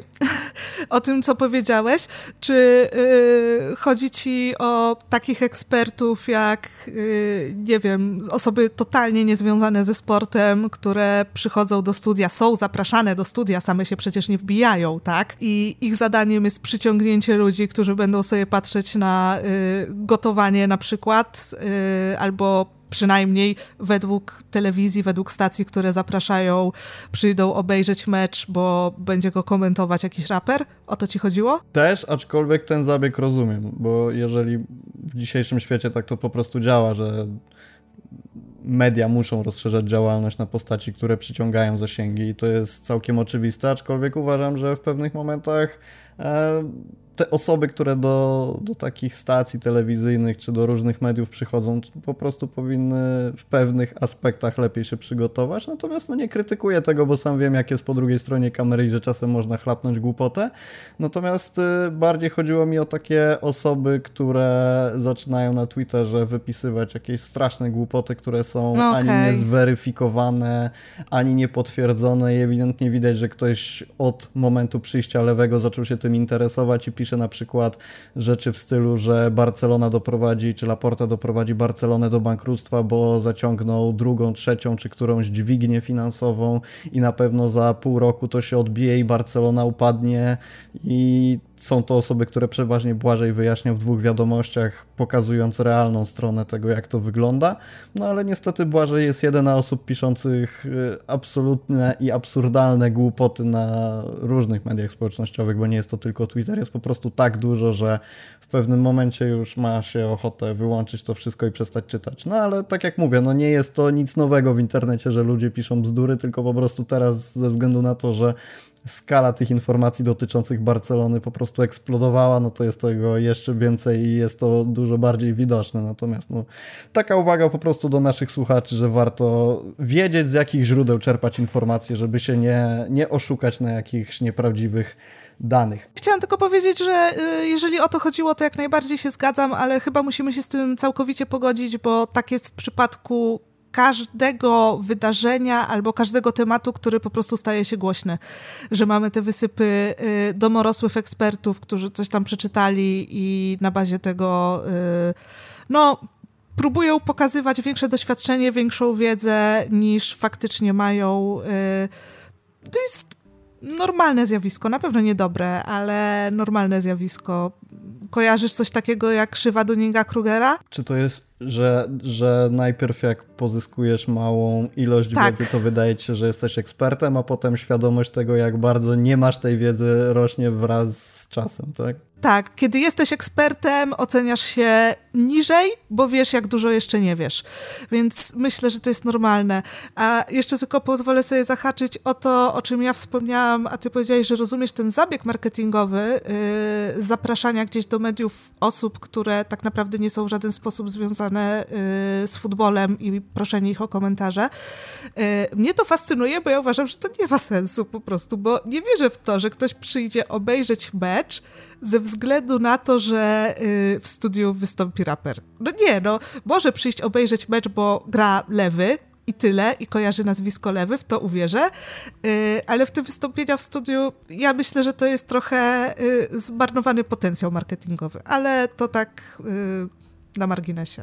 o tym, co powiedziałeś? Czy yy, chodzi ci o takich ekspertów jak, yy, nie wiem, osoby totalnie niezwiązane ze sportem, które przychodzą do studia, są zapraszane do studia, same się przecież nie wbijają, tak? I ich zadaniem jest przyciągnięcie ludzi, którzy będą sobie patrzeć na yy, gotowanie na przykład, yy, albo przynajmniej według telewizji, według stacji, które zapraszają, przyjdą obejrzeć mecz, bo będzie go komentować jakiś raper? O to ci chodziło? Też, aczkolwiek ten zabieg rozumiem, bo jeżeli w dzisiejszym świecie tak to po prostu działa, że media muszą rozszerzać działalność na postaci, które przyciągają zasięgi i to jest całkiem oczywiste, aczkolwiek uważam, że w pewnych momentach e, te osoby, które do, do takich stacji telewizyjnych czy do różnych mediów przychodzą, po prostu powinny w pewnych aspektach lepiej się przygotować. Natomiast no nie krytykuję tego, bo sam wiem, jak jest po drugiej stronie kamery i że czasem można chlapnąć głupotę. Natomiast y, bardziej chodziło mi o takie osoby, które zaczynają na Twitterze wypisywać jakieś straszne głupoty, które są okay. ani niezweryfikowane, ani niepotwierdzone i ewidentnie widać, że ktoś od momentu przyjścia lewego zaczął się tym interesować i pisze na przykład rzeczy w stylu, że Barcelona doprowadzi, czy Laporta doprowadzi Barcelonę do bankructwa, bo zaciągnął drugą, trzecią, czy którąś dźwignię finansową i na pewno za pół roku to się odbije i Barcelona upadnie i są to osoby, które przeważnie Błażej wyjaśnia w dwóch wiadomościach, pokazując realną stronę tego, jak to wygląda. No ale niestety Błażej jest jedyna osób piszących absolutne i absurdalne głupoty na różnych mediach społecznościowych, bo nie jest to tylko Twitter, jest po prostu tak dużo, że w pewnym momencie już ma się ochotę wyłączyć to wszystko i przestać czytać. No ale tak jak mówię, no nie jest to nic nowego w internecie, że ludzie piszą bzdury, tylko po prostu teraz ze względu na to, że skala tych informacji dotyczących Barcelony po prostu eksplodowała, no to jest tego jeszcze więcej i jest to dużo bardziej widoczne. Natomiast no, taka uwaga po prostu do naszych słuchaczy, że warto wiedzieć, z jakich źródeł czerpać informacje, żeby się nie, nie oszukać na jakichś nieprawdziwych danych. Chciałam tylko powiedzieć, że jeżeli o to chodziło, to jak najbardziej się zgadzam, ale chyba musimy się z tym całkowicie pogodzić, bo tak jest w przypadku każdego wydarzenia albo każdego tematu, który po prostu staje się głośny. Że mamy te wysypy y, domorosłych ekspertów, którzy coś tam przeczytali i na bazie tego y, no próbują pokazywać większe doświadczenie, większą wiedzę niż faktycznie mają. Y, to jest normalne zjawisko, na pewno niedobre, ale normalne zjawisko. Kojarzysz coś takiego jak krzywa Dunninga-Krugera? Czy to jest, że, że najpierw jak pozyskujesz małą ilość tak. wiedzy, to wydaje ci się, że jesteś ekspertem, a potem świadomość tego, jak bardzo nie masz tej wiedzy, rośnie wraz z czasem, tak? Tak, kiedy jesteś ekspertem, oceniasz się niżej, bo wiesz, jak dużo jeszcze nie wiesz. Więc myślę, że to jest normalne. A jeszcze tylko pozwolę sobie zahaczyć o to, o czym ja wspomniałam, a ty powiedziałeś, że rozumiesz ten zabieg marketingowy yy, zapraszania gdzieś do mediów osób, które tak naprawdę nie są w żaden sposób związane yy, z futbolem i proszenie ich o komentarze. Yy, mnie to fascynuje, bo ja uważam, że to nie ma sensu po prostu, bo nie wierzę w to, że ktoś przyjdzie obejrzeć mecz ze względu na to, że y, w studiu wystąpi raper. No nie, no może przyjść obejrzeć mecz, bo gra Lewy i tyle, i kojarzy nazwisko Lewy, w to uwierzę, y, ale w te wystąpienia w studiu ja myślę, że to jest trochę y, zmarnowany potencjał marketingowy, ale to tak y, na marginesie.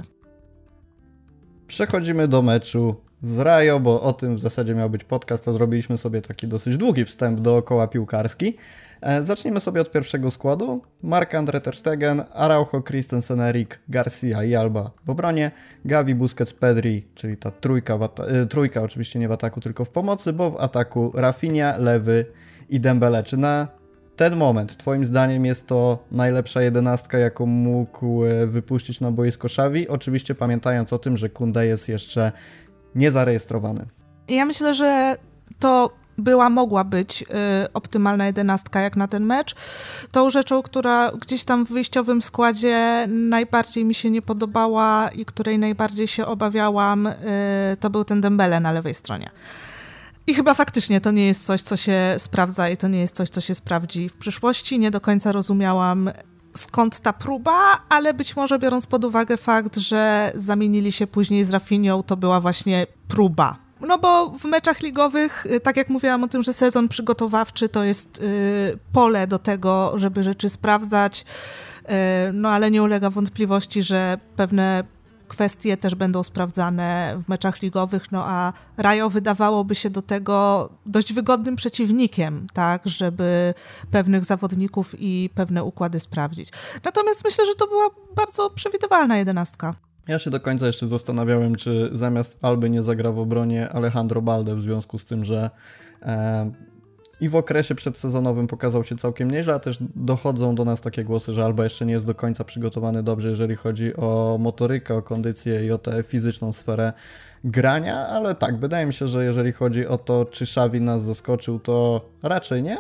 Przechodzimy do meczu z Rayo, bo o tym w zasadzie miał być podcast, a zrobiliśmy sobie taki dosyć długi wstęp dookoła piłkarski. E, zacznijmy sobie od pierwszego składu. Marc-André ter Stegen, Araujo, Christensen, Eric, Garcia i Alba w obronie, Gavi, Busquets, Pedri, czyli ta trójka, w ata- e, trójka oczywiście nie w ataku, tylko w pomocy, bo w ataku Rafinha, Lewy i Dembele. Czy na ten moment twoim zdaniem jest to najlepsza jedenastka, jaką mógł wypuścić na boisko Xavi? Oczywiście pamiętając o tym, że Koundé jest jeszcze niezarejestrowany. Ja myślę, że to była, mogła być y, optymalna jedenastka jak na ten mecz. Tą rzeczą, która gdzieś tam w wyjściowym składzie najbardziej mi się nie podobała i której najbardziej się obawiałam, y, to był ten Dembele na lewej stronie. I chyba faktycznie to nie jest coś, co się sprawdza i to nie jest coś, co się sprawdzi w przyszłości. Nie do końca rozumiałam, skąd ta próba, ale być może biorąc pod uwagę fakt, że zamienili się później z Rafinhą, to była właśnie próba. No bo w meczach ligowych, tak jak mówiłam o tym, że sezon przygotowawczy to jest y, pole do tego, żeby rzeczy sprawdzać, y, no ale nie ulega wątpliwości, że pewne kwestie też będą sprawdzane w meczach ligowych, no a Rayo wydawałoby się do tego dość wygodnym przeciwnikiem, tak, żeby pewnych zawodników i pewne układy sprawdzić. Natomiast myślę, że to była bardzo przewidywalna jedenastka. Ja się do końca jeszcze zastanawiałem, czy zamiast Alby nie zagra w obronie Alejandro Balde, w związku z tym, że e, i w okresie przedsezonowym pokazał się całkiem nieźle, a też dochodzą do nas takie głosy, że Alba jeszcze nie jest do końca przygotowany dobrze, jeżeli chodzi o motorykę, o kondycję i o tę fizyczną sferę grania, ale tak, wydaje mi się, że jeżeli chodzi o to, czy Xavi nas zaskoczył, to raczej nie.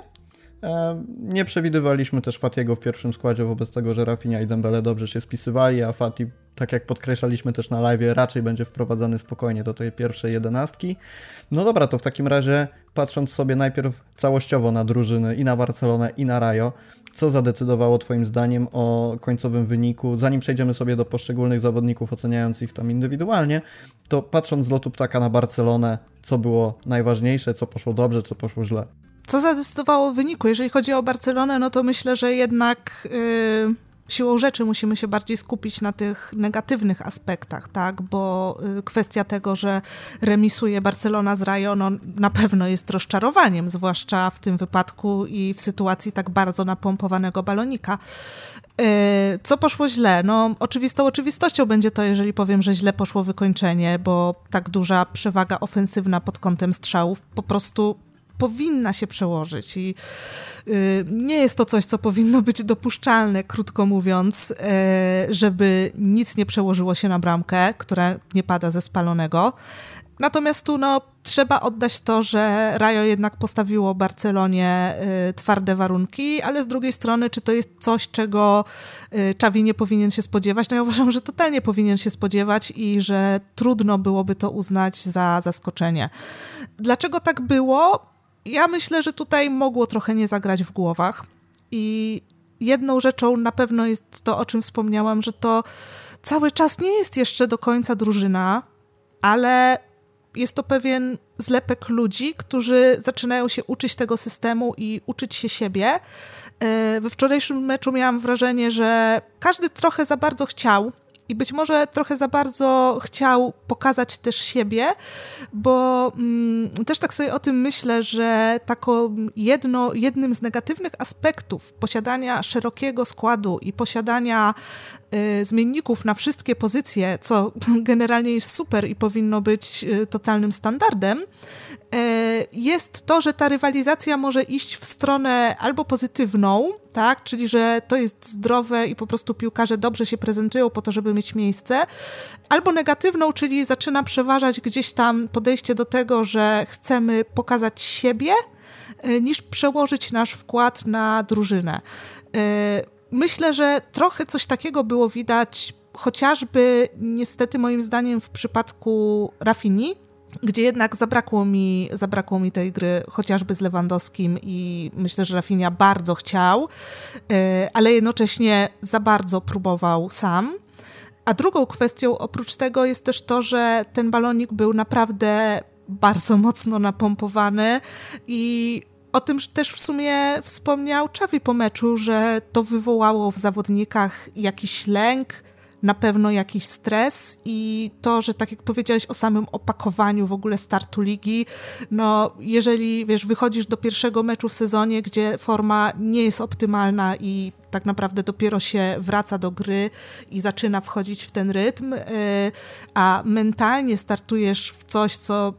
Nie przewidywaliśmy też Fatiego w pierwszym składzie wobec tego, że Rafinha i Dembele dobrze się spisywali, a Fati, tak jak podkreślaliśmy też na live'ie, raczej będzie wprowadzany spokojnie do tej pierwszej jedenastki. No dobra, to w takim razie patrząc sobie najpierw całościowo na drużyny i na Barcelonę i na Rayo, co zadecydowało twoim zdaniem o końcowym wyniku? Zanim przejdziemy sobie do poszczególnych zawodników, oceniając ich tam indywidualnie, to patrząc z lotu ptaka na Barcelonę, co było najważniejsze, co poszło dobrze, co poszło źle? Co zadecydowało o wyniku? Jeżeli chodzi o Barcelonę, no to myślę, że jednak yy, siłą rzeczy musimy się bardziej skupić na tych negatywnych aspektach, tak, bo kwestia tego, że remisuje Barcelona z Rayo, no na pewno jest rozczarowaniem, zwłaszcza w tym wypadku i w sytuacji tak bardzo napompowanego balonika. Co poszło źle? No oczywistą oczywistością będzie to, jeżeli powiem, że źle poszło wykończenie, bo tak duża przewaga ofensywna pod kątem strzałów po prostu powinna się przełożyć i y, nie jest to coś, co powinno być dopuszczalne, krótko mówiąc, y, żeby nic nie przełożyło się na bramkę, która nie pada ze spalonego. Natomiast tu no, trzeba oddać to, że Rayo jednak postawiło Barcelonie y, twarde warunki, ale z drugiej strony, czy to jest coś, czego y, Xavi nie powinien się spodziewać? No ja uważam, że totalnie powinien się spodziewać i że trudno byłoby to uznać za zaskoczenie. Dlaczego tak było? Ja myślę, że tutaj mogło trochę nie zagrać w głowach i jedną rzeczą na pewno jest to, o czym wspomniałam, że to cały czas nie jest jeszcze do końca drużyna, ale jest to pewien zlepek ludzi, którzy zaczynają się uczyć tego systemu i uczyć się siebie. We wczorajszym meczu miałam wrażenie, że każdy trochę za bardzo chciał i być może trochę za bardzo chciał pokazać też siebie, bo mm, też tak sobie o tym myślę, że tako jedno, jednym z negatywnych aspektów posiadania szerokiego składu i posiadania y, zmienników na wszystkie pozycje, co generalnie jest super i powinno być y, totalnym standardem, y, jest to, że ta rywalizacja może iść w stronę albo pozytywną, tak, czyli że to jest zdrowe i po prostu piłkarze dobrze się prezentują po to, żeby mieć miejsce, albo negatywną, czyli zaczyna przeważać gdzieś tam podejście do tego, że chcemy pokazać siebie, niż przełożyć nasz wkład na drużynę. Myślę, że trochę coś takiego było widać chociażby niestety moim zdaniem w przypadku Rafinii, gdzie jednak zabrakło mi, zabrakło mi tej gry chociażby z Lewandowskim i myślę, że Rafinha bardzo chciał, ale jednocześnie za bardzo próbował sam. A drugą kwestią oprócz tego jest też to, że ten balonik był naprawdę bardzo mocno napompowany i o tym też w sumie wspomniał Xavi po meczu, że to wywołało w zawodnikach jakiś lęk, na pewno jakiś stres i to, że tak jak powiedziałeś o samym opakowaniu w ogóle startu ligi, no jeżeli, wiesz, wychodzisz do pierwszego meczu w sezonie, gdzie forma nie jest optymalna i tak naprawdę dopiero się wraca do gry i zaczyna wchodzić w ten rytm, a mentalnie startujesz w coś, co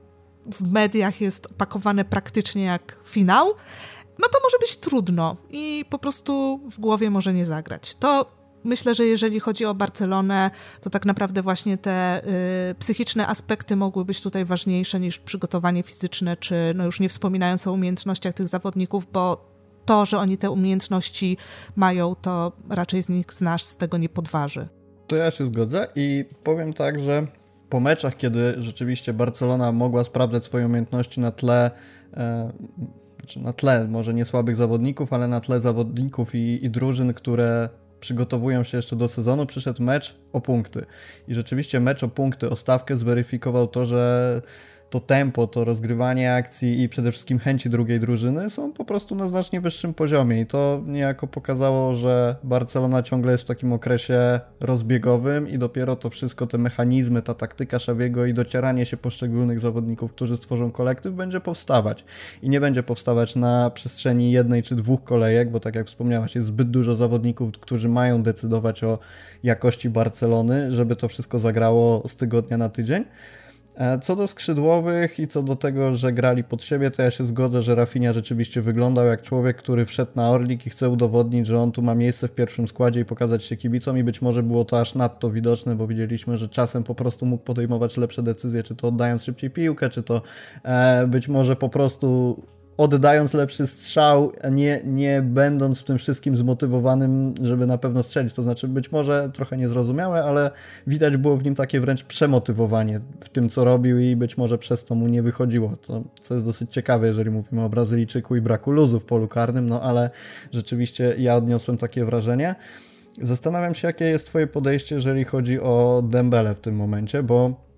w mediach jest opakowane praktycznie jak finał, no to może być trudno i po prostu w głowie może nie zagrać. To myślę, że jeżeli chodzi o Barcelonę, to tak naprawdę właśnie te y, psychiczne aspekty mogły być tutaj ważniejsze niż przygotowanie fizyczne, czy no już nie wspominając o umiejętnościach tych zawodników, bo to, że oni te umiejętności mają, to raczej z nich z nas z tego nie podważy. To ja się zgodzę i powiem tak, że po meczach, kiedy rzeczywiście Barcelona mogła sprawdzać swoje umiejętności na tle e, na tle może nie słabych zawodników, ale na tle zawodników i, i drużyn, które przygotowują się jeszcze do sezonu, przyszedł mecz o punkty. I rzeczywiście mecz o punkty, o stawkę zweryfikował to, że to tempo, to rozgrywanie akcji i przede wszystkim chęci drugiej drużyny są po prostu na znacznie wyższym poziomie i to niejako pokazało, że Barcelona ciągle jest w takim okresie rozbiegowym i dopiero to wszystko, te mechanizmy, ta taktyka Xaviego i docieranie się poszczególnych zawodników, którzy stworzą kolektyw, będzie powstawać. I nie będzie powstawać na przestrzeni jednej czy dwóch kolejek, bo tak jak wspomniałaś, jest zbyt dużo zawodników, którzy mają decydować o jakości Barcelony, żeby to wszystko zagrało z tygodnia na tydzień. Co do skrzydłowych i co do tego, że grali pod siebie, to ja się zgodzę, że Rafinha rzeczywiście wyglądał jak człowiek, który wszedł na Orlik i chce udowodnić, że on tu ma miejsce w pierwszym składzie i pokazać się kibicom i być może było to aż nadto widoczne, bo widzieliśmy, że czasem po prostu mógł podejmować lepsze decyzje, czy to oddając szybciej piłkę, czy to e, być może po prostu oddając lepszy strzał, nie, nie będąc w tym wszystkim zmotywowanym, żeby na pewno strzelić. To znaczy być może trochę niezrozumiałe, ale widać było w nim takie wręcz przemotywowanie w tym, co robił i być może przez to mu nie wychodziło. To, co jest dosyć ciekawe, jeżeli mówimy o Brazylijczyku i braku luzu w polu karnym, no ale rzeczywiście ja odniosłem takie wrażenie. Zastanawiam się, jakie jest twoje podejście, jeżeli chodzi o Dembele w tym momencie, bo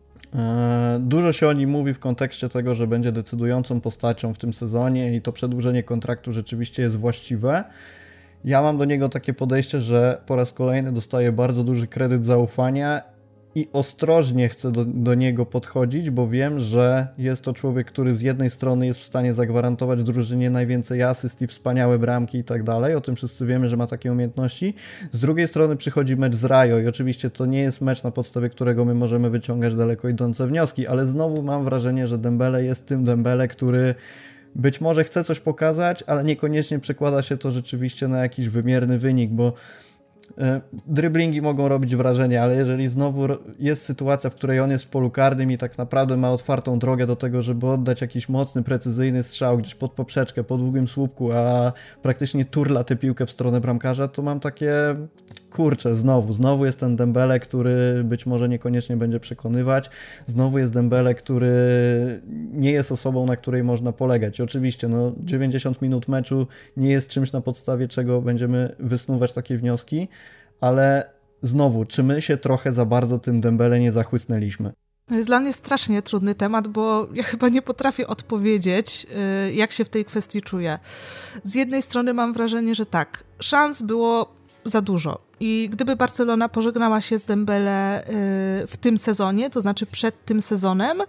dużo się o nim mówi w kontekście tego, że będzie decydującą postacią w tym sezonie i to przedłużenie kontraktu rzeczywiście jest właściwe. Ja mam do niego takie podejście, że po raz kolejny dostaję bardzo duży kredyt zaufania i ostrożnie chcę do, do niego podchodzić, bo wiem, że jest to człowiek, który z jednej strony jest w stanie zagwarantować drużynie najwięcej asyst i wspaniałe bramki i tak dalej, o tym wszyscy wiemy, że ma takie umiejętności. Z drugiej strony przychodzi mecz z Rayo i oczywiście to nie jest mecz, na podstawie którego my możemy wyciągać daleko idące wnioski, ale znowu mam wrażenie, że Dembele jest tym Dembele, który być może chce coś pokazać, ale niekoniecznie przekłada się to rzeczywiście na jakiś wymierny wynik, bo driblingi mogą robić wrażenie, ale jeżeli znowu jest sytuacja, w której on jest w polu karnym i tak naprawdę ma otwartą drogę do tego, żeby oddać jakiś mocny, precyzyjny strzał gdzieś pod poprzeczkę, po długim słupku, a praktycznie turla tę piłkę w stronę bramkarza, to mam takie, kurczę, znowu, znowu jest ten Dembele, który być może niekoniecznie będzie przekonywać, znowu jest Dembele, który nie jest osobą, na której można polegać. I oczywiście, no, dziewięćdziesiąt minut meczu nie jest czymś, na podstawie czego będziemy wysnuwać takie wnioski, ale znowu, czy my się trochę za bardzo tym Dembele nie zachłysnęliśmy? To jest dla mnie strasznie trudny temat, bo ja chyba nie potrafię odpowiedzieć, jak się w tej kwestii czuję. Z jednej strony mam wrażenie, że tak, szans było za dużo i gdyby Barcelona pożegnała się z Dembele w tym sezonie, to znaczy przed tym sezonem,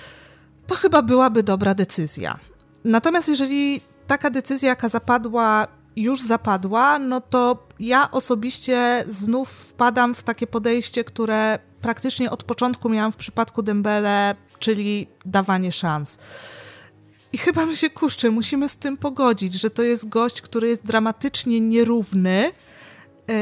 to chyba byłaby dobra decyzja. Natomiast jeżeli taka decyzja, jaka zapadła, już zapadła, no to ja osobiście znów wpadam w takie podejście, które praktycznie od początku miałam w przypadku Dembele, czyli dawanie szans. I chyba mi się kurczę, musimy z tym pogodzić, że to jest gość, który jest dramatycznie nierówny yy,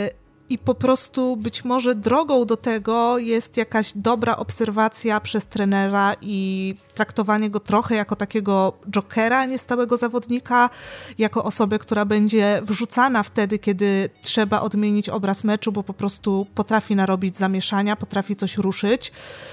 i po prostu być może drogą do tego jest jakaś dobra obserwacja przez trenera i traktowanie go trochę jako takiego jokera, niestałego zawodnika, jako osobę, która będzie wrzucana wtedy, kiedy trzeba odmienić obraz meczu, bo po prostu potrafi narobić zamieszania, potrafi coś ruszyć.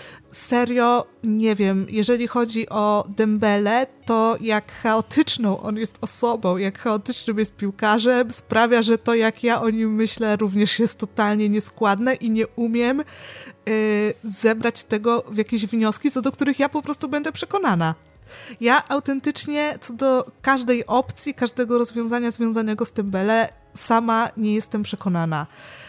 Serio, nie wiem, jeżeli chodzi o Dembele, to jak chaotyczną on jest osobą, jak chaotycznym jest piłkarzem, sprawia, że to, jak ja o nim myślę, również jest totalnie nieskładne i nie umiem yy, zebrać tego w jakieś wnioski, co do których ja po prostu będę przekonana. Ja autentycznie co do każdej opcji, każdego rozwiązania związanego z Dembele sama nie jestem przekonana.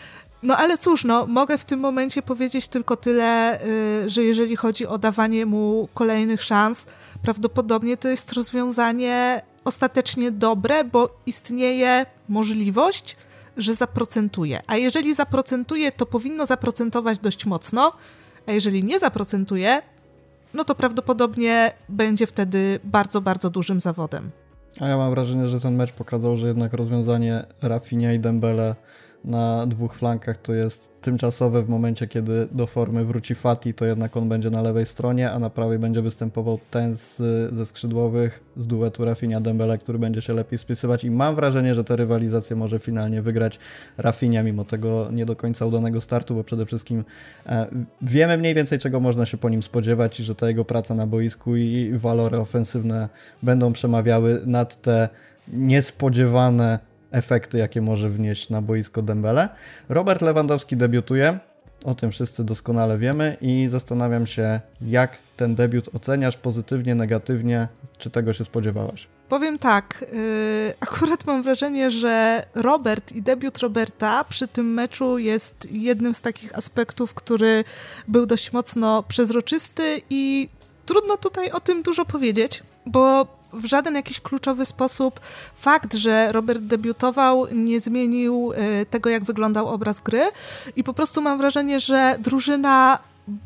No ale cóż, no, mogę w tym momencie powiedzieć tylko tyle, yy, że jeżeli chodzi o dawanie mu kolejnych szans, prawdopodobnie to jest rozwiązanie ostatecznie dobre, bo istnieje możliwość, że zaprocentuje. A jeżeli zaprocentuje, to powinno zaprocentować dość mocno, a jeżeli nie zaprocentuje, no to prawdopodobnie będzie wtedy bardzo, bardzo dużym zawodem. A ja mam wrażenie, że ten mecz pokazał, że jednak rozwiązanie Rafinha i Dembele na dwóch flankach to jest tymczasowe. W momencie, kiedy do formy wróci Fati, to jednak on będzie na lewej stronie, a na prawej będzie występował ten z, ze skrzydłowych, z duetu Rafinha Dembele, który będzie się lepiej spisywać i mam wrażenie, że tę rywalizację może finalnie wygrać Rafinha, mimo tego nie do końca udanego startu, bo przede wszystkim e, wiemy mniej więcej, czego można się po nim spodziewać i że ta jego praca na boisku i walory ofensywne będą przemawiały nad te niespodziewane efekty, jakie może wnieść na boisko Dembele. Robert Lewandowski debiutuje, o tym wszyscy doskonale wiemy i zastanawiam się, jak ten debiut oceniasz, pozytywnie, negatywnie, czy tego się spodziewałaś? Powiem tak, yy, akurat mam wrażenie, że Robert i debiut Roberta przy tym meczu jest jednym z takich aspektów, który był dość mocno przezroczysty i trudno tutaj o tym dużo powiedzieć, bo w żaden jakiś kluczowy sposób fakt, że Robert debiutował, nie zmienił y, tego, jak wyglądał obraz gry i po prostu mam wrażenie, że drużyna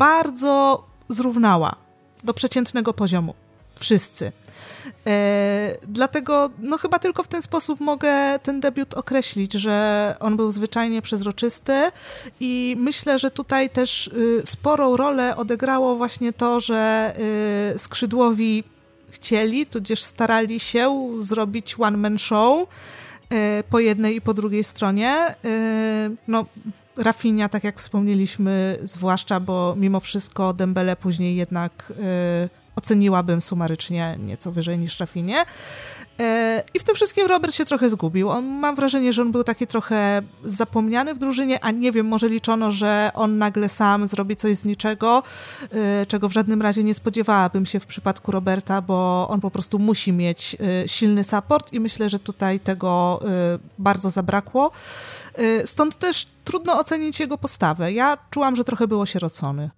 bardzo zrównała do przeciętnego poziomu. Wszyscy. E, dlatego no chyba tylko w ten sposób mogę ten debiut określić, że on był zwyczajnie przezroczysty i myślę, że tutaj też y, sporą rolę odegrało właśnie to, że y, skrzydłowi chcieli, tudzież starali się zrobić one man show y, po jednej i po drugiej stronie. Y, no Rafinha, tak jak wspomnieliśmy, zwłaszcza, bo mimo wszystko Dembele później jednak y, oceniłabym sumarycznie nieco wyżej niż Rafinhę. I w tym wszystkim Robert się trochę zgubił. On, mam wrażenie, że on był taki trochę zapomniany w drużynie, a nie wiem, może liczono, że on nagle sam zrobi coś z niczego, yy, czego w żadnym razie nie spodziewałabym się w przypadku Roberta, bo on po prostu musi mieć yy, silny support i myślę, że tutaj tego yy, bardzo zabrakło. Yy, stąd też trudno ocenić jego postawę. Ja czułam, że trochę był osierocony.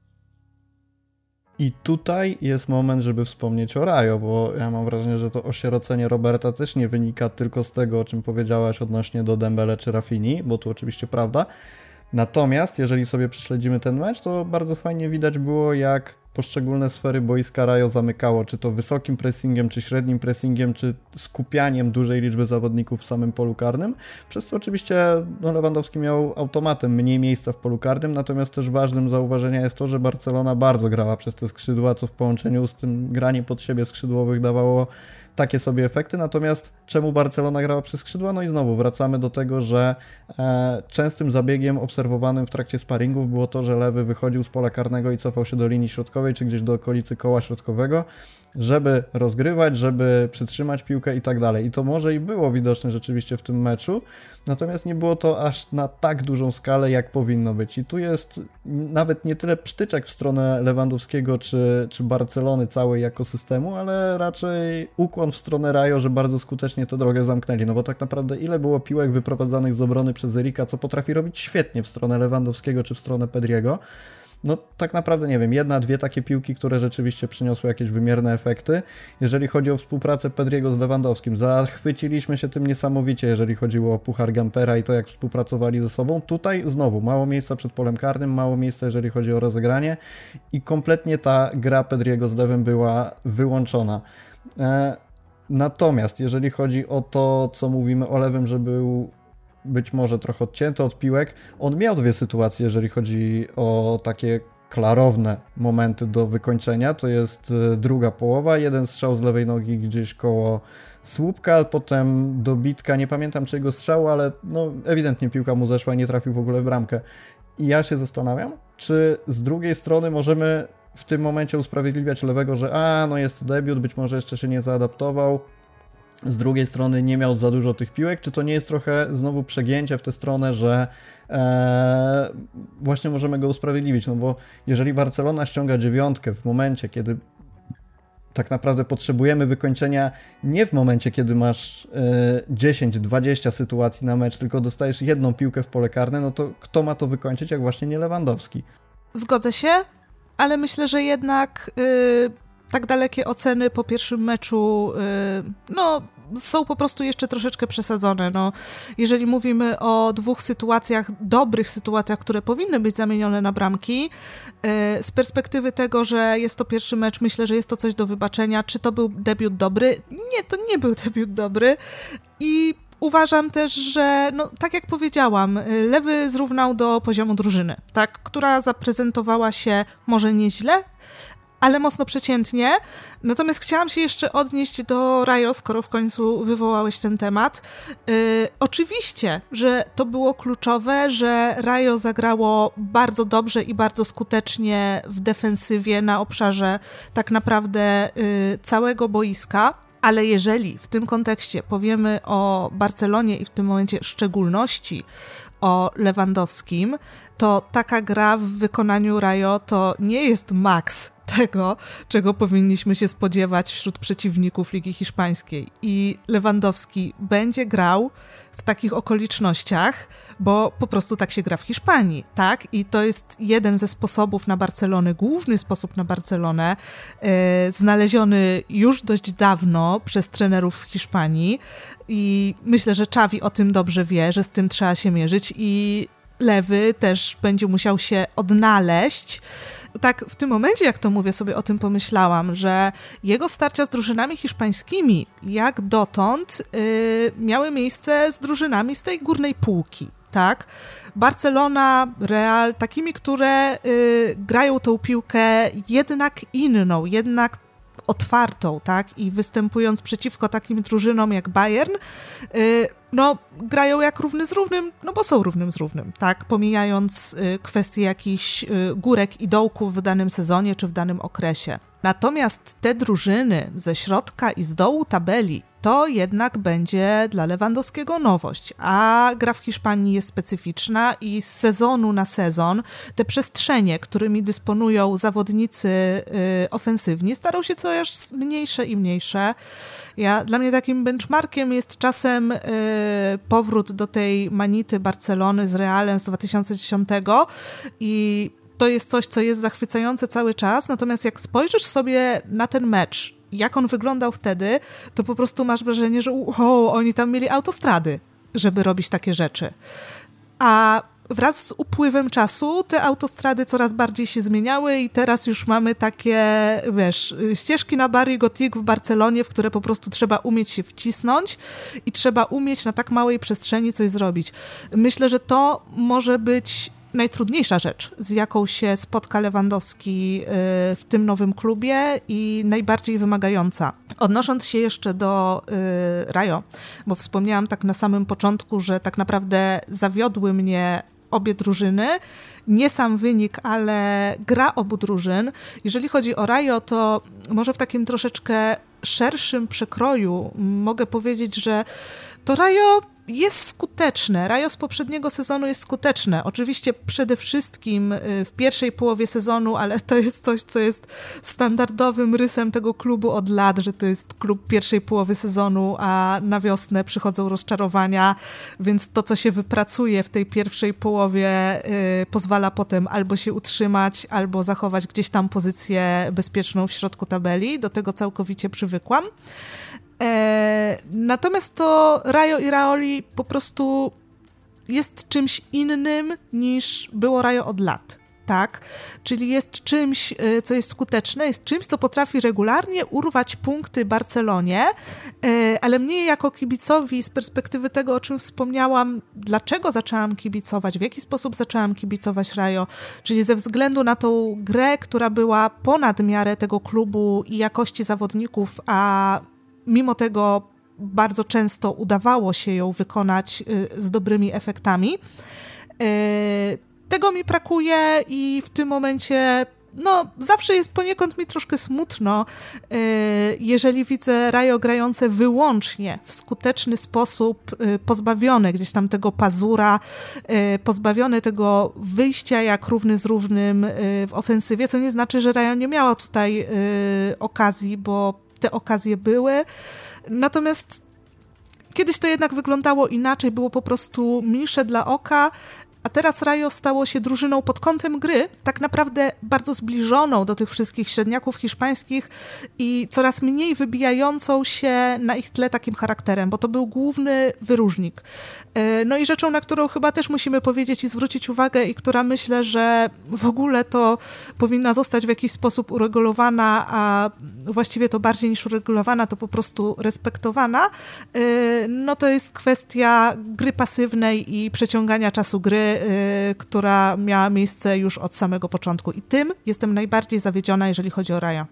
I tutaj jest moment, żeby wspomnieć o Rajo, bo ja mam wrażenie, że to osierocenie Roberta też nie wynika tylko z tego, o czym powiedziałaś odnośnie do Dembele czy Rafini, bo to oczywiście prawda. Natomiast jeżeli sobie prześledzimy ten mecz, to bardzo fajnie widać było, jak poszczególne sfery boiska Rajo zamykało, czy to wysokim pressingiem, czy średnim pressingiem, czy skupianiem dużej liczby zawodników w samym polu karnym, przez co oczywiście no, Lewandowski miał automatem mniej miejsca w polu karnym, natomiast też ważnym zauważenia jest to, że Barcelona bardzo grała przez te skrzydła, co w połączeniu z tym graniem pod siebie skrzydłowych dawało takie sobie efekty, natomiast czemu Barcelona grała przez skrzydła? No i znowu wracamy do tego, że e, częstym zabiegiem obserwowanym w trakcie sparingów było to, że lewy wychodził z pola karnego i cofał się do linii środkowej, czy gdzieś do okolicy koła środkowego, żeby rozgrywać, żeby przytrzymać piłkę i tak dalej. I to może i było widoczne rzeczywiście w tym meczu, natomiast nie było to aż na tak dużą skalę, jak powinno być. I tu jest nawet nie tyle przytyczek w stronę Lewandowskiego czy, czy Barcelony całej jako systemu, ale raczej ukłon w stronę Rajo, że bardzo skutecznie tę drogę zamknęli. No bo tak naprawdę ile było piłek wyprowadzanych z obrony przez Erika, co potrafi robić świetnie w stronę Lewandowskiego czy w stronę Pedriego. No tak naprawdę nie wiem, jedna, dwie takie piłki, które rzeczywiście przyniosły jakieś wymierne efekty. Jeżeli chodzi o współpracę Pedriego z Lewandowskim, zachwyciliśmy się tym niesamowicie, jeżeli chodziło o Puchar Gampera i to, jak współpracowali ze sobą. Tutaj znowu mało miejsca przed polem karnym, mało miejsca, jeżeli chodzi o rozegranie i kompletnie ta gra Pedriego z lewym była wyłączona. E, natomiast jeżeli chodzi o to, co mówimy o lewym, że był być może trochę odcięty od piłek. On miał dwie sytuacje, jeżeli chodzi o takie klarowne momenty do wykończenia. To jest druga połowa, jeden strzał z lewej nogi gdzieś koło słupka, potem dobitka, nie pamiętam czyjego strzału, ale no ewidentnie piłka mu zeszła i nie trafił w ogóle w bramkę. I ja się zastanawiam, czy z drugiej strony możemy w tym momencie usprawiedliwiać lewego, że a, no jest debiut, być może jeszcze się nie zaadaptował, z drugiej strony nie miał za dużo tych piłek, czy to nie jest trochę znowu przegięcie w tę stronę, że e, właśnie możemy go usprawiedliwić, no bo jeżeli Barcelona ściąga dziewiątkę w momencie, kiedy tak naprawdę potrzebujemy wykończenia nie w momencie, kiedy masz e, dziesięć dwadzieścia sytuacji na mecz, tylko dostajesz jedną piłkę w pole karne, no to kto ma to wykończyć, jak właśnie nie Lewandowski? Zgodzę się, ale myślę, że jednak yy, tak dalekie oceny po pierwszym meczu yy, no, są po prostu jeszcze troszeczkę przesadzone. No, jeżeli mówimy o dwóch sytuacjach, dobrych sytuacjach, które powinny być zamienione na bramki, yy, z perspektywy tego, że jest to pierwszy mecz, myślę, że jest to coś do wybaczenia. Czy to był debiut dobry? Nie, to nie był debiut dobry i uważam też, że, no, tak jak powiedziałam, lewy zrównał do poziomu drużyny, tak, która zaprezentowała się może nieźle, ale mocno przeciętnie. Natomiast chciałam się jeszcze odnieść do Rajo, skoro w końcu wywołałeś ten temat. Yy, oczywiście, że to było kluczowe, że Rajo zagrało bardzo dobrze i bardzo skutecznie w defensywie na obszarze tak naprawdę yy, całego boiska. Ale jeżeli w tym kontekście powiemy o Barcelonie i w tym momencie w szczególności o Lewandowskim, to taka gra w wykonaniu Rajo to nie jest maks tego, czego powinniśmy się spodziewać wśród przeciwników Ligi Hiszpańskiej. I Lewandowski będzie grał w takich okolicznościach, bo po prostu tak się gra w Hiszpanii, tak? I to jest jeden ze sposobów na Barcelonę, główny sposób na Barcelonę, yy, znaleziony już dość dawno przez trenerów w Hiszpanii i myślę, że Xavi o tym dobrze wie, że z tym trzeba się mierzyć i lewy też będzie musiał się odnaleźć. Tak w tym momencie, jak to mówię, sobie o tym pomyślałam, że jego starcia z drużynami hiszpańskimi jak dotąd yy, miały miejsce z drużynami z tej górnej półki, tak? Barcelona, Real, takimi, które yy, grają tą piłkę jednak inną, jednak otwartą, tak? I występując przeciwko takim drużynom jak Bayern, yy, no, grają jak równy z równym, no bo są równym z równym, tak? Pomijając y, kwestie jakichś y, górek i dołków w danym sezonie czy w danym okresie. Natomiast te drużyny ze środka i z dołu tabeli to jednak będzie dla Lewandowskiego nowość, a gra w Hiszpanii jest specyficzna i z sezonu na sezon te przestrzenie, którymi dysponują zawodnicy y, ofensywni, staną się coraz mniejsze i mniejsze. Ja, dla mnie takim benchmarkiem jest czasem y, powrót do tej manity Barcelony z Realem z dwa tysiące dziesiątego i to jest coś, co jest zachwycające cały czas, natomiast jak spojrzysz sobie na ten mecz, jak on wyglądał wtedy, to po prostu masz wrażenie, że wow, oni tam mieli autostrady, żeby robić takie rzeczy. A wraz z upływem czasu te autostrady coraz bardziej się zmieniały i teraz już mamy takie, wiesz, ścieżki na Barry Gothic w Barcelonie, w które po prostu trzeba umieć się wcisnąć i trzeba umieć na tak małej przestrzeni coś zrobić. Myślę, że to może być najtrudniejsza rzecz, z jaką się spotka Lewandowski w tym nowym klubie i najbardziej wymagająca. Odnosząc się jeszcze do y, Rayo, bo wspomniałam tak na samym początku, że tak naprawdę zawiodły mnie obie drużyny, nie sam wynik, ale gra obu drużyn. Jeżeli chodzi o Rayo, to może w takim troszeczkę szerszym przekroju mogę powiedzieć, że to Rayo jest skuteczne. Rayo z poprzedniego sezonu jest skuteczne. Oczywiście przede wszystkim w pierwszej połowie sezonu, ale to jest coś, co jest standardowym rysem tego klubu od lat, że to jest klub pierwszej połowy sezonu, a na wiosnę przychodzą rozczarowania, więc to, co się wypracuje w tej pierwszej połowie, yy, pozwala potem albo się utrzymać, albo zachować gdzieś tam pozycję bezpieczną w środku tabeli. Do tego całkowicie przywykłam. E, natomiast to Rayo i Raoli po prostu jest czymś innym niż było Rayo od lat, tak? Czyli jest czymś, co jest skuteczne, jest czymś, co potrafi regularnie urwać punkty Barcelonie, e, ale mnie jako kibicowi z perspektywy tego, o czym wspomniałam, dlaczego zaczęłam kibicować, w jaki sposób zaczęłam kibicować Rayo, czyli ze względu na tą grę, która była ponad miarę tego klubu i jakości zawodników, a mimo tego bardzo często udawało się ją wykonać z dobrymi efektami. Tego mi brakuje i w tym momencie no, zawsze jest poniekąd mi troszkę smutno, jeżeli widzę Rayo grające wyłącznie w skuteczny sposób, pozbawione gdzieś tam tego pazura, pozbawione tego wyjścia jak równy z równym w ofensywie, co nie znaczy, że Rayo nie miała tutaj okazji, bo te okazje były. Natomiast kiedyś to jednak wyglądało inaczej, było po prostu milsze dla oka, a teraz Rayo stało się drużyną pod kątem gry, tak naprawdę bardzo zbliżoną do tych wszystkich średniaków hiszpańskich i coraz mniej wybijającą się na ich tle takim charakterem, bo to był główny wyróżnik. No i rzeczą, na którą chyba też musimy powiedzieć i zwrócić uwagę i która myślę, że w ogóle to powinna zostać w jakiś sposób uregulowana, a właściwie to bardziej niż uregulowana, to po prostu respektowana, no to jest kwestia gry pasywnej i przeciągania czasu gry, która miała miejsce już od samego początku. I tym jestem najbardziej zawiedziona, jeżeli chodzi o Rayo.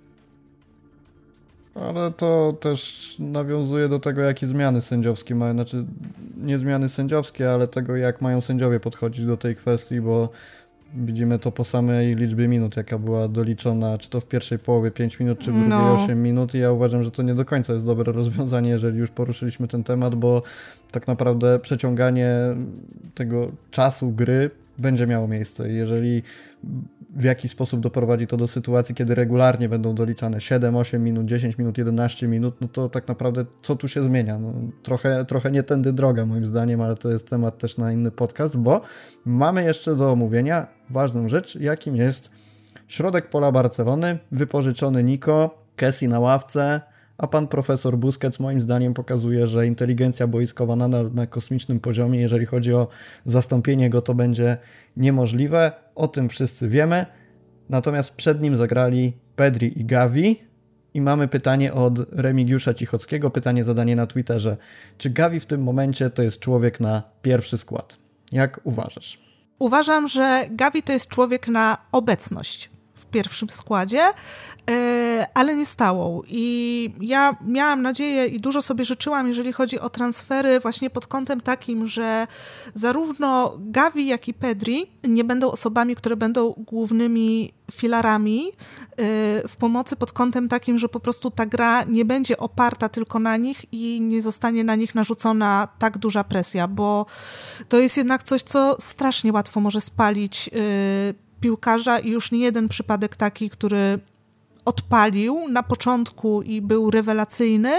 Ale to też nawiązuje do tego, jakie zmiany sędziowskie mają, znaczy nie zmiany sędziowskie, ale tego, jak mają sędziowie podchodzić do tej kwestii, bo widzimy to po samej liczbie minut, jaka była doliczona, czy to w pierwszej połowie pięć minut, czy w drugiej no. osiem minut, i ja uważam, że to nie do końca jest dobre rozwiązanie, jeżeli już poruszyliśmy ten temat, bo tak naprawdę przeciąganie tego czasu gry będzie miało miejsce. Jeżeli w jakiś sposób doprowadzi to do sytuacji, kiedy regularnie będą doliczane siedem, osiem minut, dziesięć minut, jedenaście minut, no to tak naprawdę co tu się zmienia? No, trochę, trochę nie tędy droga moim zdaniem, ale to jest temat też na inny podcast, bo mamy jeszcze do omówienia ważną rzecz, jakim jest środek pola Barcelony, wypożyczony Nico, Kessi na ławce, a pan profesor Busquets moim zdaniem pokazuje, że inteligencja boiskowa nadal na kosmicznym poziomie. Jeżeli chodzi o zastąpienie go, to będzie niemożliwe. O tym wszyscy wiemy. Natomiast przed nim zagrali Pedri i Gavi. I mamy pytanie od Remigiusza Cichockiego, pytanie zadanie na Twitterze. Czy Gavi w tym momencie to jest człowiek na pierwszy skład? Jak uważasz? Uważam, że Gavi to jest człowiek na obecność w pierwszym składzie, ale nie stałą. I ja miałam nadzieję i dużo sobie życzyłam, jeżeli chodzi o transfery, właśnie pod kątem takim, że zarówno Gavi, jak i Pedri nie będą osobami, które będą głównymi filarami w pomocy pod kątem takim, że po prostu ta gra nie będzie oparta tylko na nich i nie zostanie na nich narzucona tak duża presja, bo to jest jednak coś, co strasznie łatwo może spalić piłkarza i już nie jeden przypadek taki, który odpalił na początku i był rewelacyjny,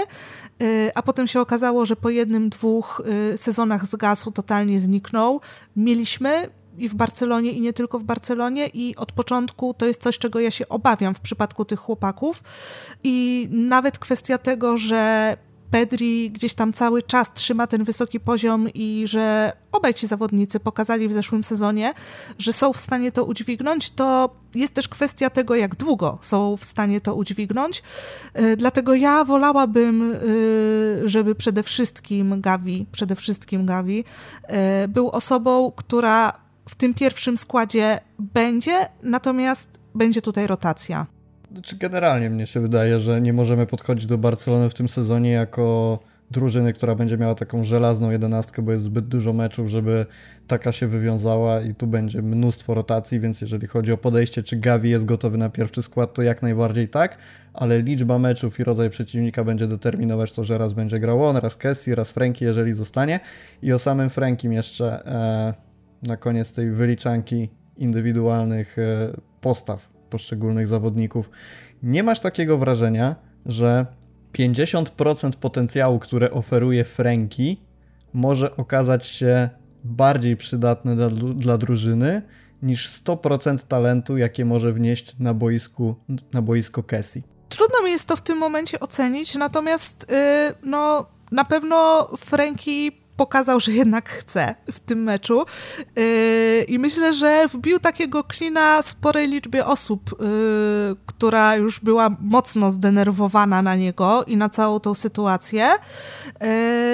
a potem się okazało, że po jednym, dwóch sezonach zgasł, totalnie zniknął. Mieliśmy i w Barcelonie, i nie tylko w Barcelonie, i od początku to jest coś, czego ja się obawiam w przypadku tych chłopaków. I nawet kwestia tego, że Pedri gdzieś tam cały czas trzyma ten wysoki poziom i że obaj ci zawodnicy pokazali w zeszłym sezonie, że są w stanie to udźwignąć, to jest też kwestia tego, jak długo są w stanie to udźwignąć. Dlatego ja wolałabym, żeby przede wszystkim Gavi, przede wszystkim Gavi był osobą, która w tym pierwszym składzie będzie, natomiast będzie tutaj rotacja. Czy generalnie mnie się wydaje, że nie możemy podchodzić do Barcelony w tym sezonie jako drużyny, która będzie miała taką żelazną jedenastkę, bo jest zbyt dużo meczów, żeby taka się wywiązała i tu będzie mnóstwo rotacji, więc jeżeli chodzi o podejście, czy Gavi jest gotowy na pierwszy skład, to jak najbardziej tak, ale liczba meczów i rodzaj przeciwnika będzie determinować to, że raz będzie grał on, raz Kessie, raz Frenkie, jeżeli zostanie. I o samym Frenkiem jeszcze e, na koniec tej wyliczanki indywidualnych e, postaw poszczególnych zawodników. Nie masz takiego wrażenia, że pięćdziesiąt procent potencjału, które oferuje Frenkie, może okazać się bardziej przydatne dla, dla drużyny niż sto procent talentu, jakie może wnieść na boisku, na boisko Kessie? Trudno mi jest to w tym momencie ocenić, natomiast yy, no, na pewno Frenkie pokazał, że jednak chce w tym meczu yy, i myślę, że wbił takiego klina sporej liczbie osób, yy, która już była mocno zdenerwowana na niego i na całą tą sytuację yy,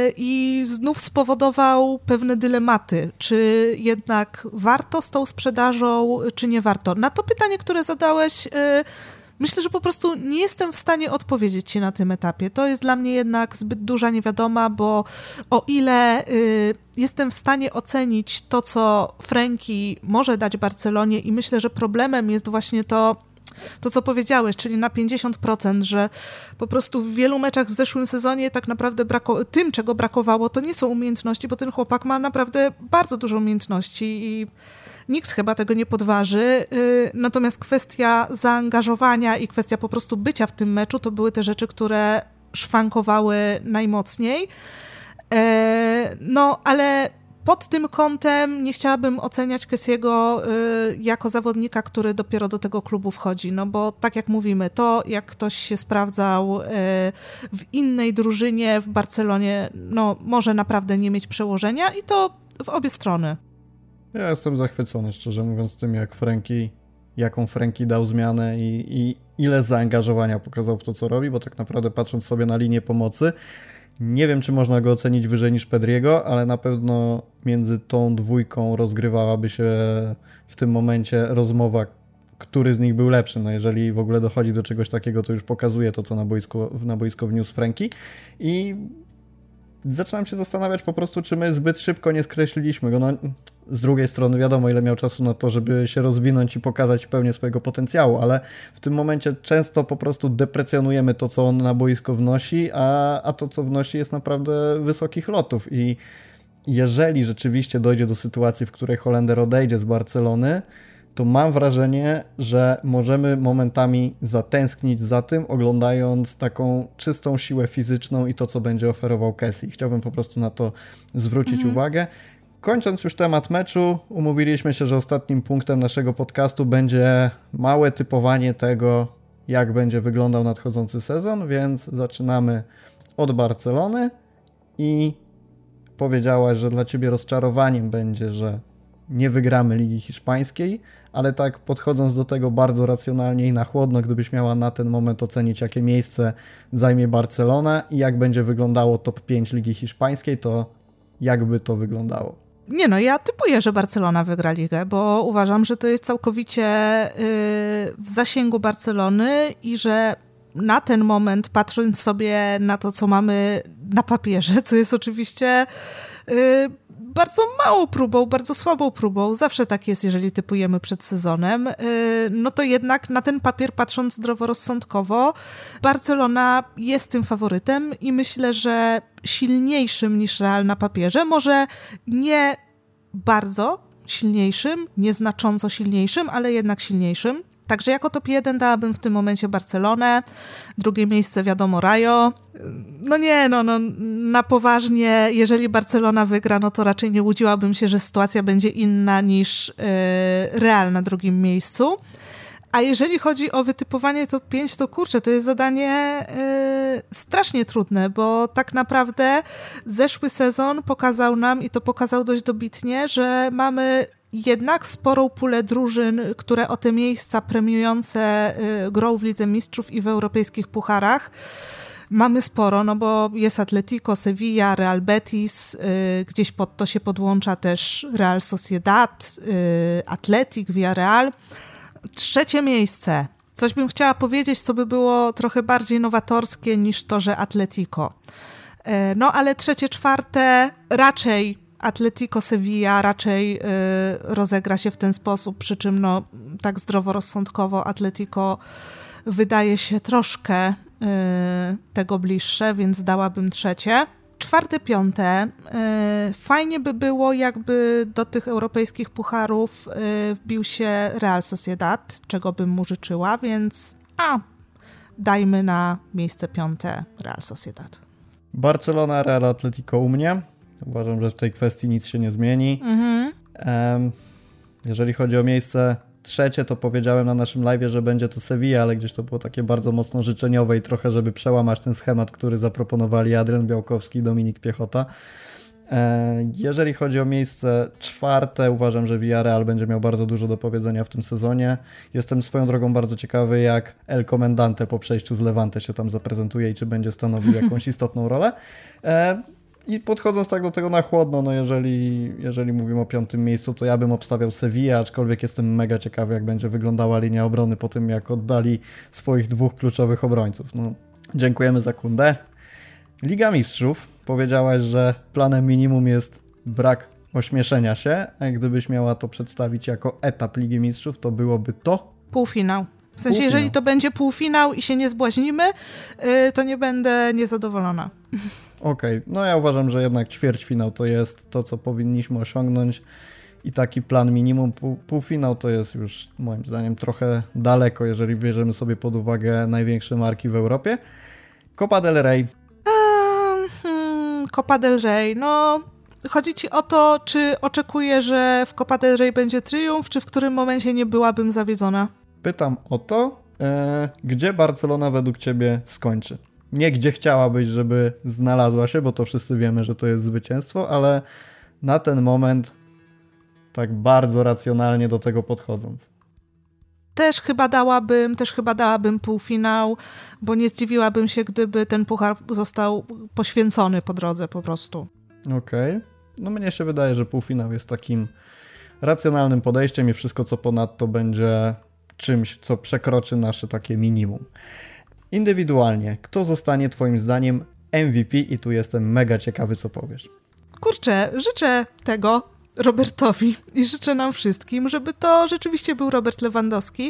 i znów spowodował pewne dylematy, czy jednak warto z tą sprzedażą, czy nie warto. Na to pytanie, które zadałeś, yy, myślę, że po prostu nie jestem w stanie odpowiedzieć ci na tym etapie. To jest dla mnie jednak zbyt duża niewiadoma, bo o ile y, jestem w stanie ocenić to, co Frenkie może dać Barcelonie i myślę, że problemem jest właśnie to, to co powiedziałeś, czyli na pięćdziesiąt procent, że po prostu w wielu meczach w zeszłym sezonie tak naprawdę brako- tym, czego brakowało, to nie są umiejętności, bo ten chłopak ma naprawdę bardzo dużo umiejętności i nikt chyba tego nie podważy, natomiast kwestia zaangażowania i kwestia po prostu bycia w tym meczu to były te rzeczy, które szwankowały najmocniej. No, ale pod tym kątem nie chciałabym oceniać Kessiego jako zawodnika, który dopiero do tego klubu wchodzi, no bo tak jak mówimy, to jak ktoś się sprawdzał w innej drużynie, w Barcelonie, no może naprawdę nie mieć przełożenia i to w obie strony. Ja jestem zachwycony, szczerze mówiąc, tym, jak Frenkie, jaką Frenkie dał zmianę i, i ile zaangażowania pokazał w to, co robi, bo tak naprawdę patrząc sobie na linię pomocy, nie wiem, czy można go ocenić wyżej niż Pedriego, ale na pewno między tą dwójką rozgrywałaby się w tym momencie rozmowa, który z nich był lepszy. No jeżeli w ogóle dochodzi do czegoś takiego, to już pokazuje to, co na boisko, na boisko wniósł Frenkie i zaczynam się zastanawiać po prostu, czy my zbyt szybko nie skreśliliśmy go. No, z drugiej strony wiadomo, ile miał czasu na to, żeby się rozwinąć i pokazać pełnię swojego potencjału, ale w tym momencie często po prostu deprecjonujemy to, co on na boisko wnosi, a, a to, co wnosi, jest naprawdę wysokich lotów. I jeżeli rzeczywiście dojdzie do sytuacji, w której Holender odejdzie z Barcelony, to mam wrażenie, że możemy momentami zatęsknić za tym, oglądając taką czystą siłę fizyczną i to, co będzie oferował Kessie. Chciałbym po prostu na to zwrócić mhm. uwagę. Kończąc już temat meczu, umówiliśmy się, że ostatnim punktem naszego podcastu będzie małe typowanie tego, jak będzie wyglądał nadchodzący sezon, więc zaczynamy od Barcelony i powiedziałaś, że dla Ciebie rozczarowaniem będzie, że nie wygramy Ligi Hiszpańskiej, ale tak podchodząc do tego bardzo racjonalnie i na chłodno, gdybyś miała na ten moment ocenić, jakie miejsce zajmie Barcelona i jak będzie wyglądało top pięć Ligi Hiszpańskiej, to jak by to wyglądało? Nie no, ja typuję, że Barcelona wygra ligę, bo uważam, że to jest całkowicie yy, w zasięgu Barcelony i że na ten moment, patrząc sobie na to, co mamy na papierze, co jest oczywiście yy, bardzo małą próbą, bardzo słabą próbą, zawsze tak jest, jeżeli typujemy przed sezonem, yy, no to jednak na ten papier, patrząc zdroworozsądkowo, Barcelona jest tym faworytem i myślę, że silniejszym niż Real na papierze, może nie bardzo silniejszym, nieznacząco silniejszym, ale jednak silniejszym. Także jako top jeden dałabym w tym momencie Barcelonę, drugie miejsce wiadomo Rayo. No nie, no, no na poważnie, jeżeli Barcelona wygra, no to raczej nie łudziłabym się, że sytuacja będzie inna niż yy, Real na drugim miejscu. A jeżeli chodzi o wytypowanie top pięć, to kurczę, to jest zadanie yy, strasznie trudne, bo tak naprawdę zeszły sezon pokazał nam, i to pokazał dość dobitnie, że mamy jednak sporą pulę drużyn, które o te miejsca premiujące yy, grą w Lidze Mistrzów i w europejskich pucharach. Mamy sporo, no bo jest Atletico, Sevilla, Real Betis, yy, gdzieś pod to się podłącza też Real Sociedad, yy, Atletic, Villarreal. Trzecie miejsce. Coś bym chciała powiedzieć, co by było trochę bardziej nowatorskie niż to, że Atletico. No ale trzecie, czwarte raczej Atletico Sevilla raczej y, rozegra się w ten sposób, przy czym no tak zdroworozsądkowo Atletico wydaje się troszkę y, tego bliższe, więc dałabym trzecie. Czwarte, piąte. Yy, fajnie by było, jakby do tych europejskich pucharów yy, wbił się Real Sociedad, czego bym mu życzyła, więc a, dajmy na miejsce piąte Real Sociedad. Barcelona, Real, Atletico u mnie. Uważam, że w tej kwestii nic się nie zmieni. Mhm. Um, jeżeli chodzi o miejsce trzecie, to powiedziałem na naszym live'ie, że będzie to Sevilla, ale gdzieś to było takie bardzo mocno życzeniowe i trochę, żeby przełamać ten schemat, który zaproponowali Adrian Białkowski i Dominik Piechota. Jeżeli chodzi o miejsce czwarte, uważam, że Villarreal będzie miał bardzo dużo do powiedzenia w tym sezonie. Jestem swoją drogą bardzo ciekawy, jak El Comendante po przejściu z Levante się tam zaprezentuje i czy będzie stanowił jakąś istotną rolę. I podchodząc tak do tego na chłodno, no jeżeli, jeżeli mówimy o piątym miejscu, to ja bym obstawiał Sevilla, aczkolwiek jestem mega ciekawy, jak będzie wyglądała linia obrony po tym, jak oddali swoich dwóch kluczowych obrońców. No, dziękujemy za Kundę. Liga Mistrzów. Powiedziałaś, że planem minimum jest brak ośmieszenia się, a gdybyś miała to przedstawić jako etap Ligi Mistrzów, to byłoby to? Półfinał. W sensie, Półfinał. Jeżeli to będzie półfinał i się nie zbłaźnimy, yy, to nie będę niezadowolona. Okej, okay. No ja uważam, że jednak ćwierćfinał to jest to, co powinniśmy osiągnąć i taki plan minimum. Pół, półfinał to jest już moim zdaniem trochę daleko, jeżeli bierzemy sobie pod uwagę największe marki w Europie. Copa del Rey. Um, hmm, Copa del Rey, no... Chodzi ci o to, czy oczekuję, że w Copa del Rey będzie triumf, czy w którym momencie nie byłabym zawiedzona? Pytam o to, e, gdzie Barcelona według ciebie skończy. Nie gdzie chciałabyś, żeby znalazła się, bo to wszyscy wiemy, że to jest zwycięstwo, ale na ten moment tak bardzo racjonalnie do tego podchodząc. Też chyba dałabym, też chyba dałabym półfinał, bo nie zdziwiłabym się, gdyby ten puchar został poświęcony po drodze po prostu. Okej. Okay. No mnie się wydaje, że półfinał jest takim racjonalnym podejściem i wszystko, co ponadto będzie czymś, co przekroczy nasze takie minimum. Indywidualnie, kto zostanie twoim zdaniem M V P i tu jestem mega ciekawy, co powiesz. Kurczę, życzę tego Robertowi i życzę nam wszystkim, żeby to rzeczywiście był Robert Lewandowski.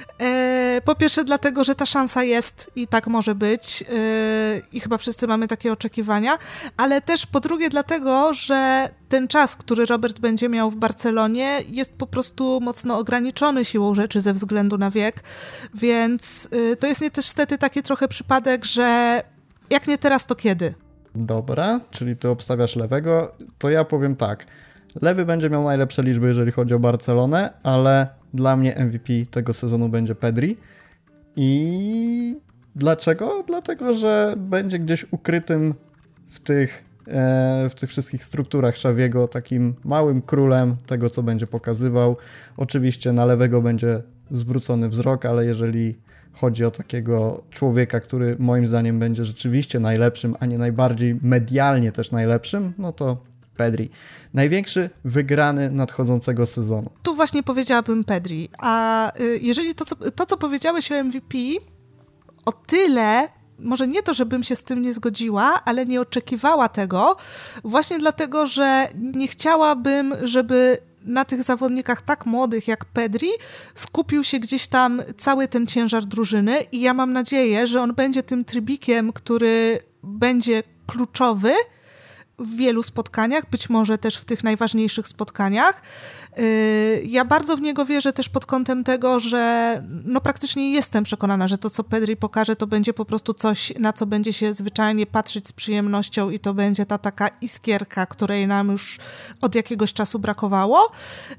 E, po pierwsze dlatego, że ta szansa jest i tak może być e, i chyba wszyscy mamy takie oczekiwania, ale też po drugie dlatego, że ten czas, który Robert będzie miał w Barcelonie jest po prostu mocno ograniczony siłą rzeczy ze względu na wiek, więc e, to jest niestety taki trochę przypadek, że jak nie teraz, to kiedy? Dobra, czyli ty obstawiasz lewego, to ja powiem tak. Lewy będzie miał najlepsze liczby, jeżeli chodzi o Barcelonę, ale dla mnie M V P tego sezonu będzie Pedri. I dlaczego? Dlatego, że będzie gdzieś ukrytym w tych, e, w tych wszystkich strukturach Xaviego takim małym królem tego, co będzie pokazywał. Oczywiście na lewego będzie zwrócony wzrok, ale jeżeli chodzi o takiego człowieka, który moim zdaniem będzie rzeczywiście najlepszym, a nie najbardziej medialnie też najlepszym, no to Pedri. Największy wygrany nadchodzącego sezonu. Tu właśnie powiedziałabym Pedri, a jeżeli to, co, to, co powiedziałeś o M V P, o tyle, może nie to, żebym się z tym nie zgodziła, ale nie oczekiwała tego, właśnie dlatego, że nie chciałabym, żeby na tych zawodnikach tak młodych jak Pedri skupił się gdzieś tam cały ten ciężar drużyny i ja mam nadzieję, że on będzie tym trybikiem, który będzie kluczowy w wielu spotkaniach, być może też w tych najważniejszych spotkaniach. Ja bardzo w niego wierzę też pod kątem tego, że no praktycznie jestem przekonana, że to, co Pedri pokaże, to będzie po prostu coś, na co będzie się zwyczajnie patrzeć z przyjemnością i to będzie ta taka iskierka, której nam już od jakiegoś czasu brakowało.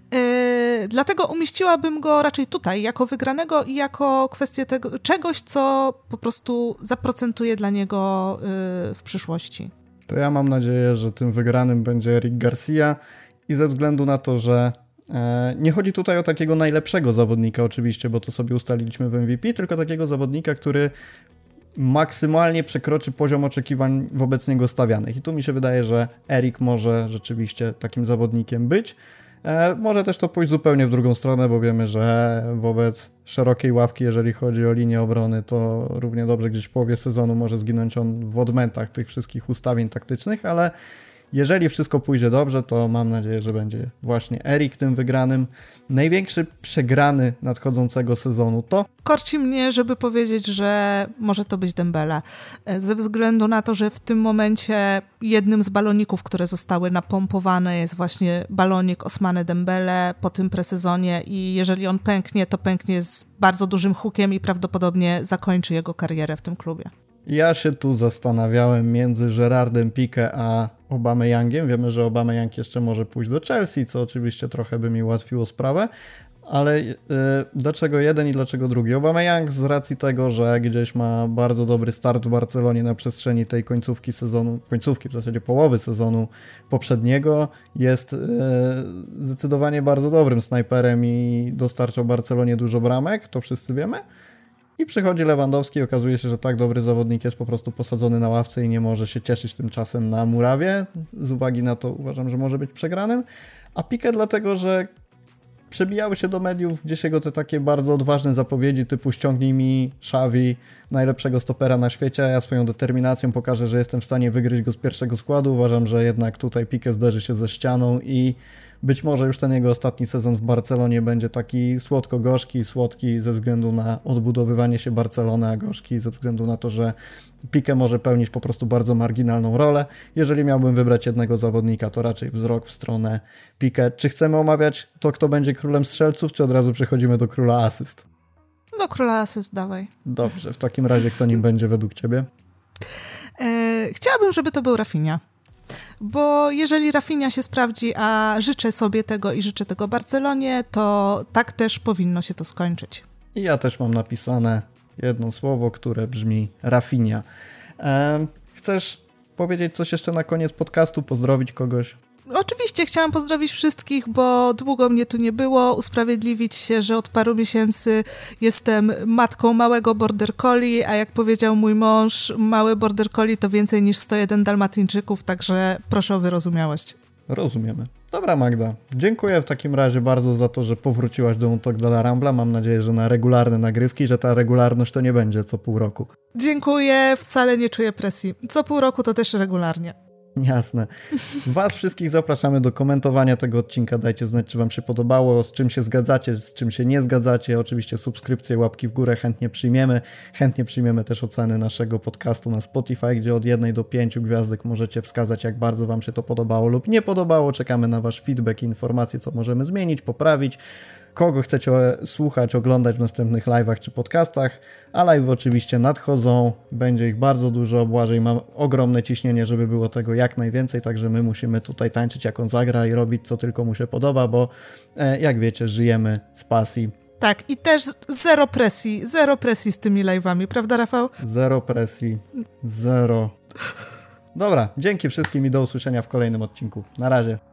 Dlatego umieściłabym go raczej tutaj, jako wygranego i jako kwestię tego, czegoś, co po prostu zaprocentuje dla niego w przyszłości. To ja mam nadzieję, że tym wygranym będzie Eric Garcia i ze względu na to, że e, nie chodzi tutaj o takiego najlepszego zawodnika oczywiście, bo to sobie ustaliliśmy w M V P, tylko takiego zawodnika, który maksymalnie przekroczy poziom oczekiwań wobec niego stawianych. I tu mi się wydaje, że Eric może rzeczywiście takim zawodnikiem być. E, może też to pójść zupełnie w drugą stronę, bo wiemy, że wobec szerokiej ławki, jeżeli chodzi o linię obrony, to równie dobrze gdzieś w połowie sezonu może zginąć on w odmętach tych wszystkich ustawień taktycznych, ale jeżeli wszystko pójdzie dobrze, to mam nadzieję, że będzie właśnie Eric tym wygranym. Największy przegrany nadchodzącego sezonu to... Korci mnie, żeby powiedzieć, że może to być Dembele. Ze względu na to, że w tym momencie jednym z baloników, które zostały napompowane, jest właśnie balonik Ousmane Dembele po tym presezonie i jeżeli on pęknie, to pęknie z bardzo dużym hukiem i prawdopodobnie zakończy jego karierę w tym klubie. Ja się tu zastanawiałem między Gerardem Piqué a Aubameyangiem. Wiemy, że Aubameyang jeszcze może pójść do Chelsea, co oczywiście trochę by mi ułatwiło sprawę, ale yy, dlaczego jeden i dlaczego drugi? Aubameyang z racji tego, że gdzieś ma bardzo dobry start w Barcelonie na przestrzeni tej końcówki sezonu, końcówki w zasadzie połowy sezonu poprzedniego, jest yy, zdecydowanie bardzo dobrym snajperem i dostarczał Barcelonie dużo bramek, to wszyscy wiemy. I przychodzi Lewandowski i okazuje się, że tak dobry zawodnik jest po prostu posadzony na ławce i nie może się cieszyć tymczasem na murawie. Z uwagi na to uważam, że może być przegranym. A Piqué dlatego, że przebijały się do mediów gdzieś jego te takie bardzo odważne zapowiedzi typu ściągnij mi Xavi, najlepszego stopera na świecie, a ja swoją determinacją pokażę, że jestem w stanie wygryźć go z pierwszego składu. Uważam, że jednak tutaj Piqué zderzy się ze ścianą i być może już ten jego ostatni sezon w Barcelonie będzie taki słodko-gorzki, słodki ze względu na odbudowywanie się Barcelony, a gorzki ze względu na to, że Piqué może pełnić po prostu bardzo marginalną rolę. Jeżeli miałbym wybrać jednego zawodnika, to raczej wzrok w stronę Piqué. Czy chcemy omawiać to, kto będzie królem strzelców, czy od razu przechodzimy do króla asyst? Do króla asyst, dawaj. Dobrze, w takim razie kto nim będzie według ciebie? E, chciałabym, żeby to był Rafinha. Bo jeżeli Rafinha się sprawdzi, a życzę sobie tego i życzę tego Barcelonie, to tak też powinno się to skończyć. I ja też mam napisane jedno słowo, które brzmi Rafinha. Ehm, chcesz powiedzieć coś jeszcze na koniec podcastu, pozdrowić kogoś? Oczywiście chciałam pozdrowić wszystkich, bo długo mnie tu nie było, usprawiedliwić się, że od paru miesięcy jestem matką małego border collie, a jak powiedział mój mąż, małe border collie to więcej niż sto jeden dalmatyńczyków, także proszę o wyrozumiałość. Rozumiemy. Dobra Magda, dziękuję w takim razie bardzo za to, że powróciłaś do Untalk de la Rambla. Mam nadzieję, że na regularne nagrywki, że ta regularność to nie będzie co pół roku. Dziękuję, wcale nie czuję presji. Co pół roku to też regularnie. Jasne. Was wszystkich zapraszamy do komentowania tego odcinka. Dajcie znać, czy wam się podobało, z czym się zgadzacie, z czym się nie zgadzacie. Oczywiście subskrypcje, łapki w górę chętnie przyjmiemy. Chętnie przyjmiemy też oceny naszego podcastu na Spotify, gdzie od jednej do pięciu gwiazdek możecie wskazać, jak bardzo wam się to podobało lub nie podobało. Czekamy na wasz feedback i informacje, co możemy zmienić, poprawić. Kogo chcecie słuchać, oglądać w następnych live'ach czy podcastach, a live'y oczywiście nadchodzą, będzie ich bardzo dużo, Błażej ma ogromne ciśnienie, żeby było tego jak najwięcej, także my musimy tutaj tańczyć jak on zagra i robić co tylko mu się podoba, bo e, jak wiecie, żyjemy z pasji. Tak, i też zero presji, zero presji z tymi live'ami, prawda Rafał? Zero presji, zero. Dobra, dzięki wszystkim i do usłyszenia w kolejnym odcinku. Na razie.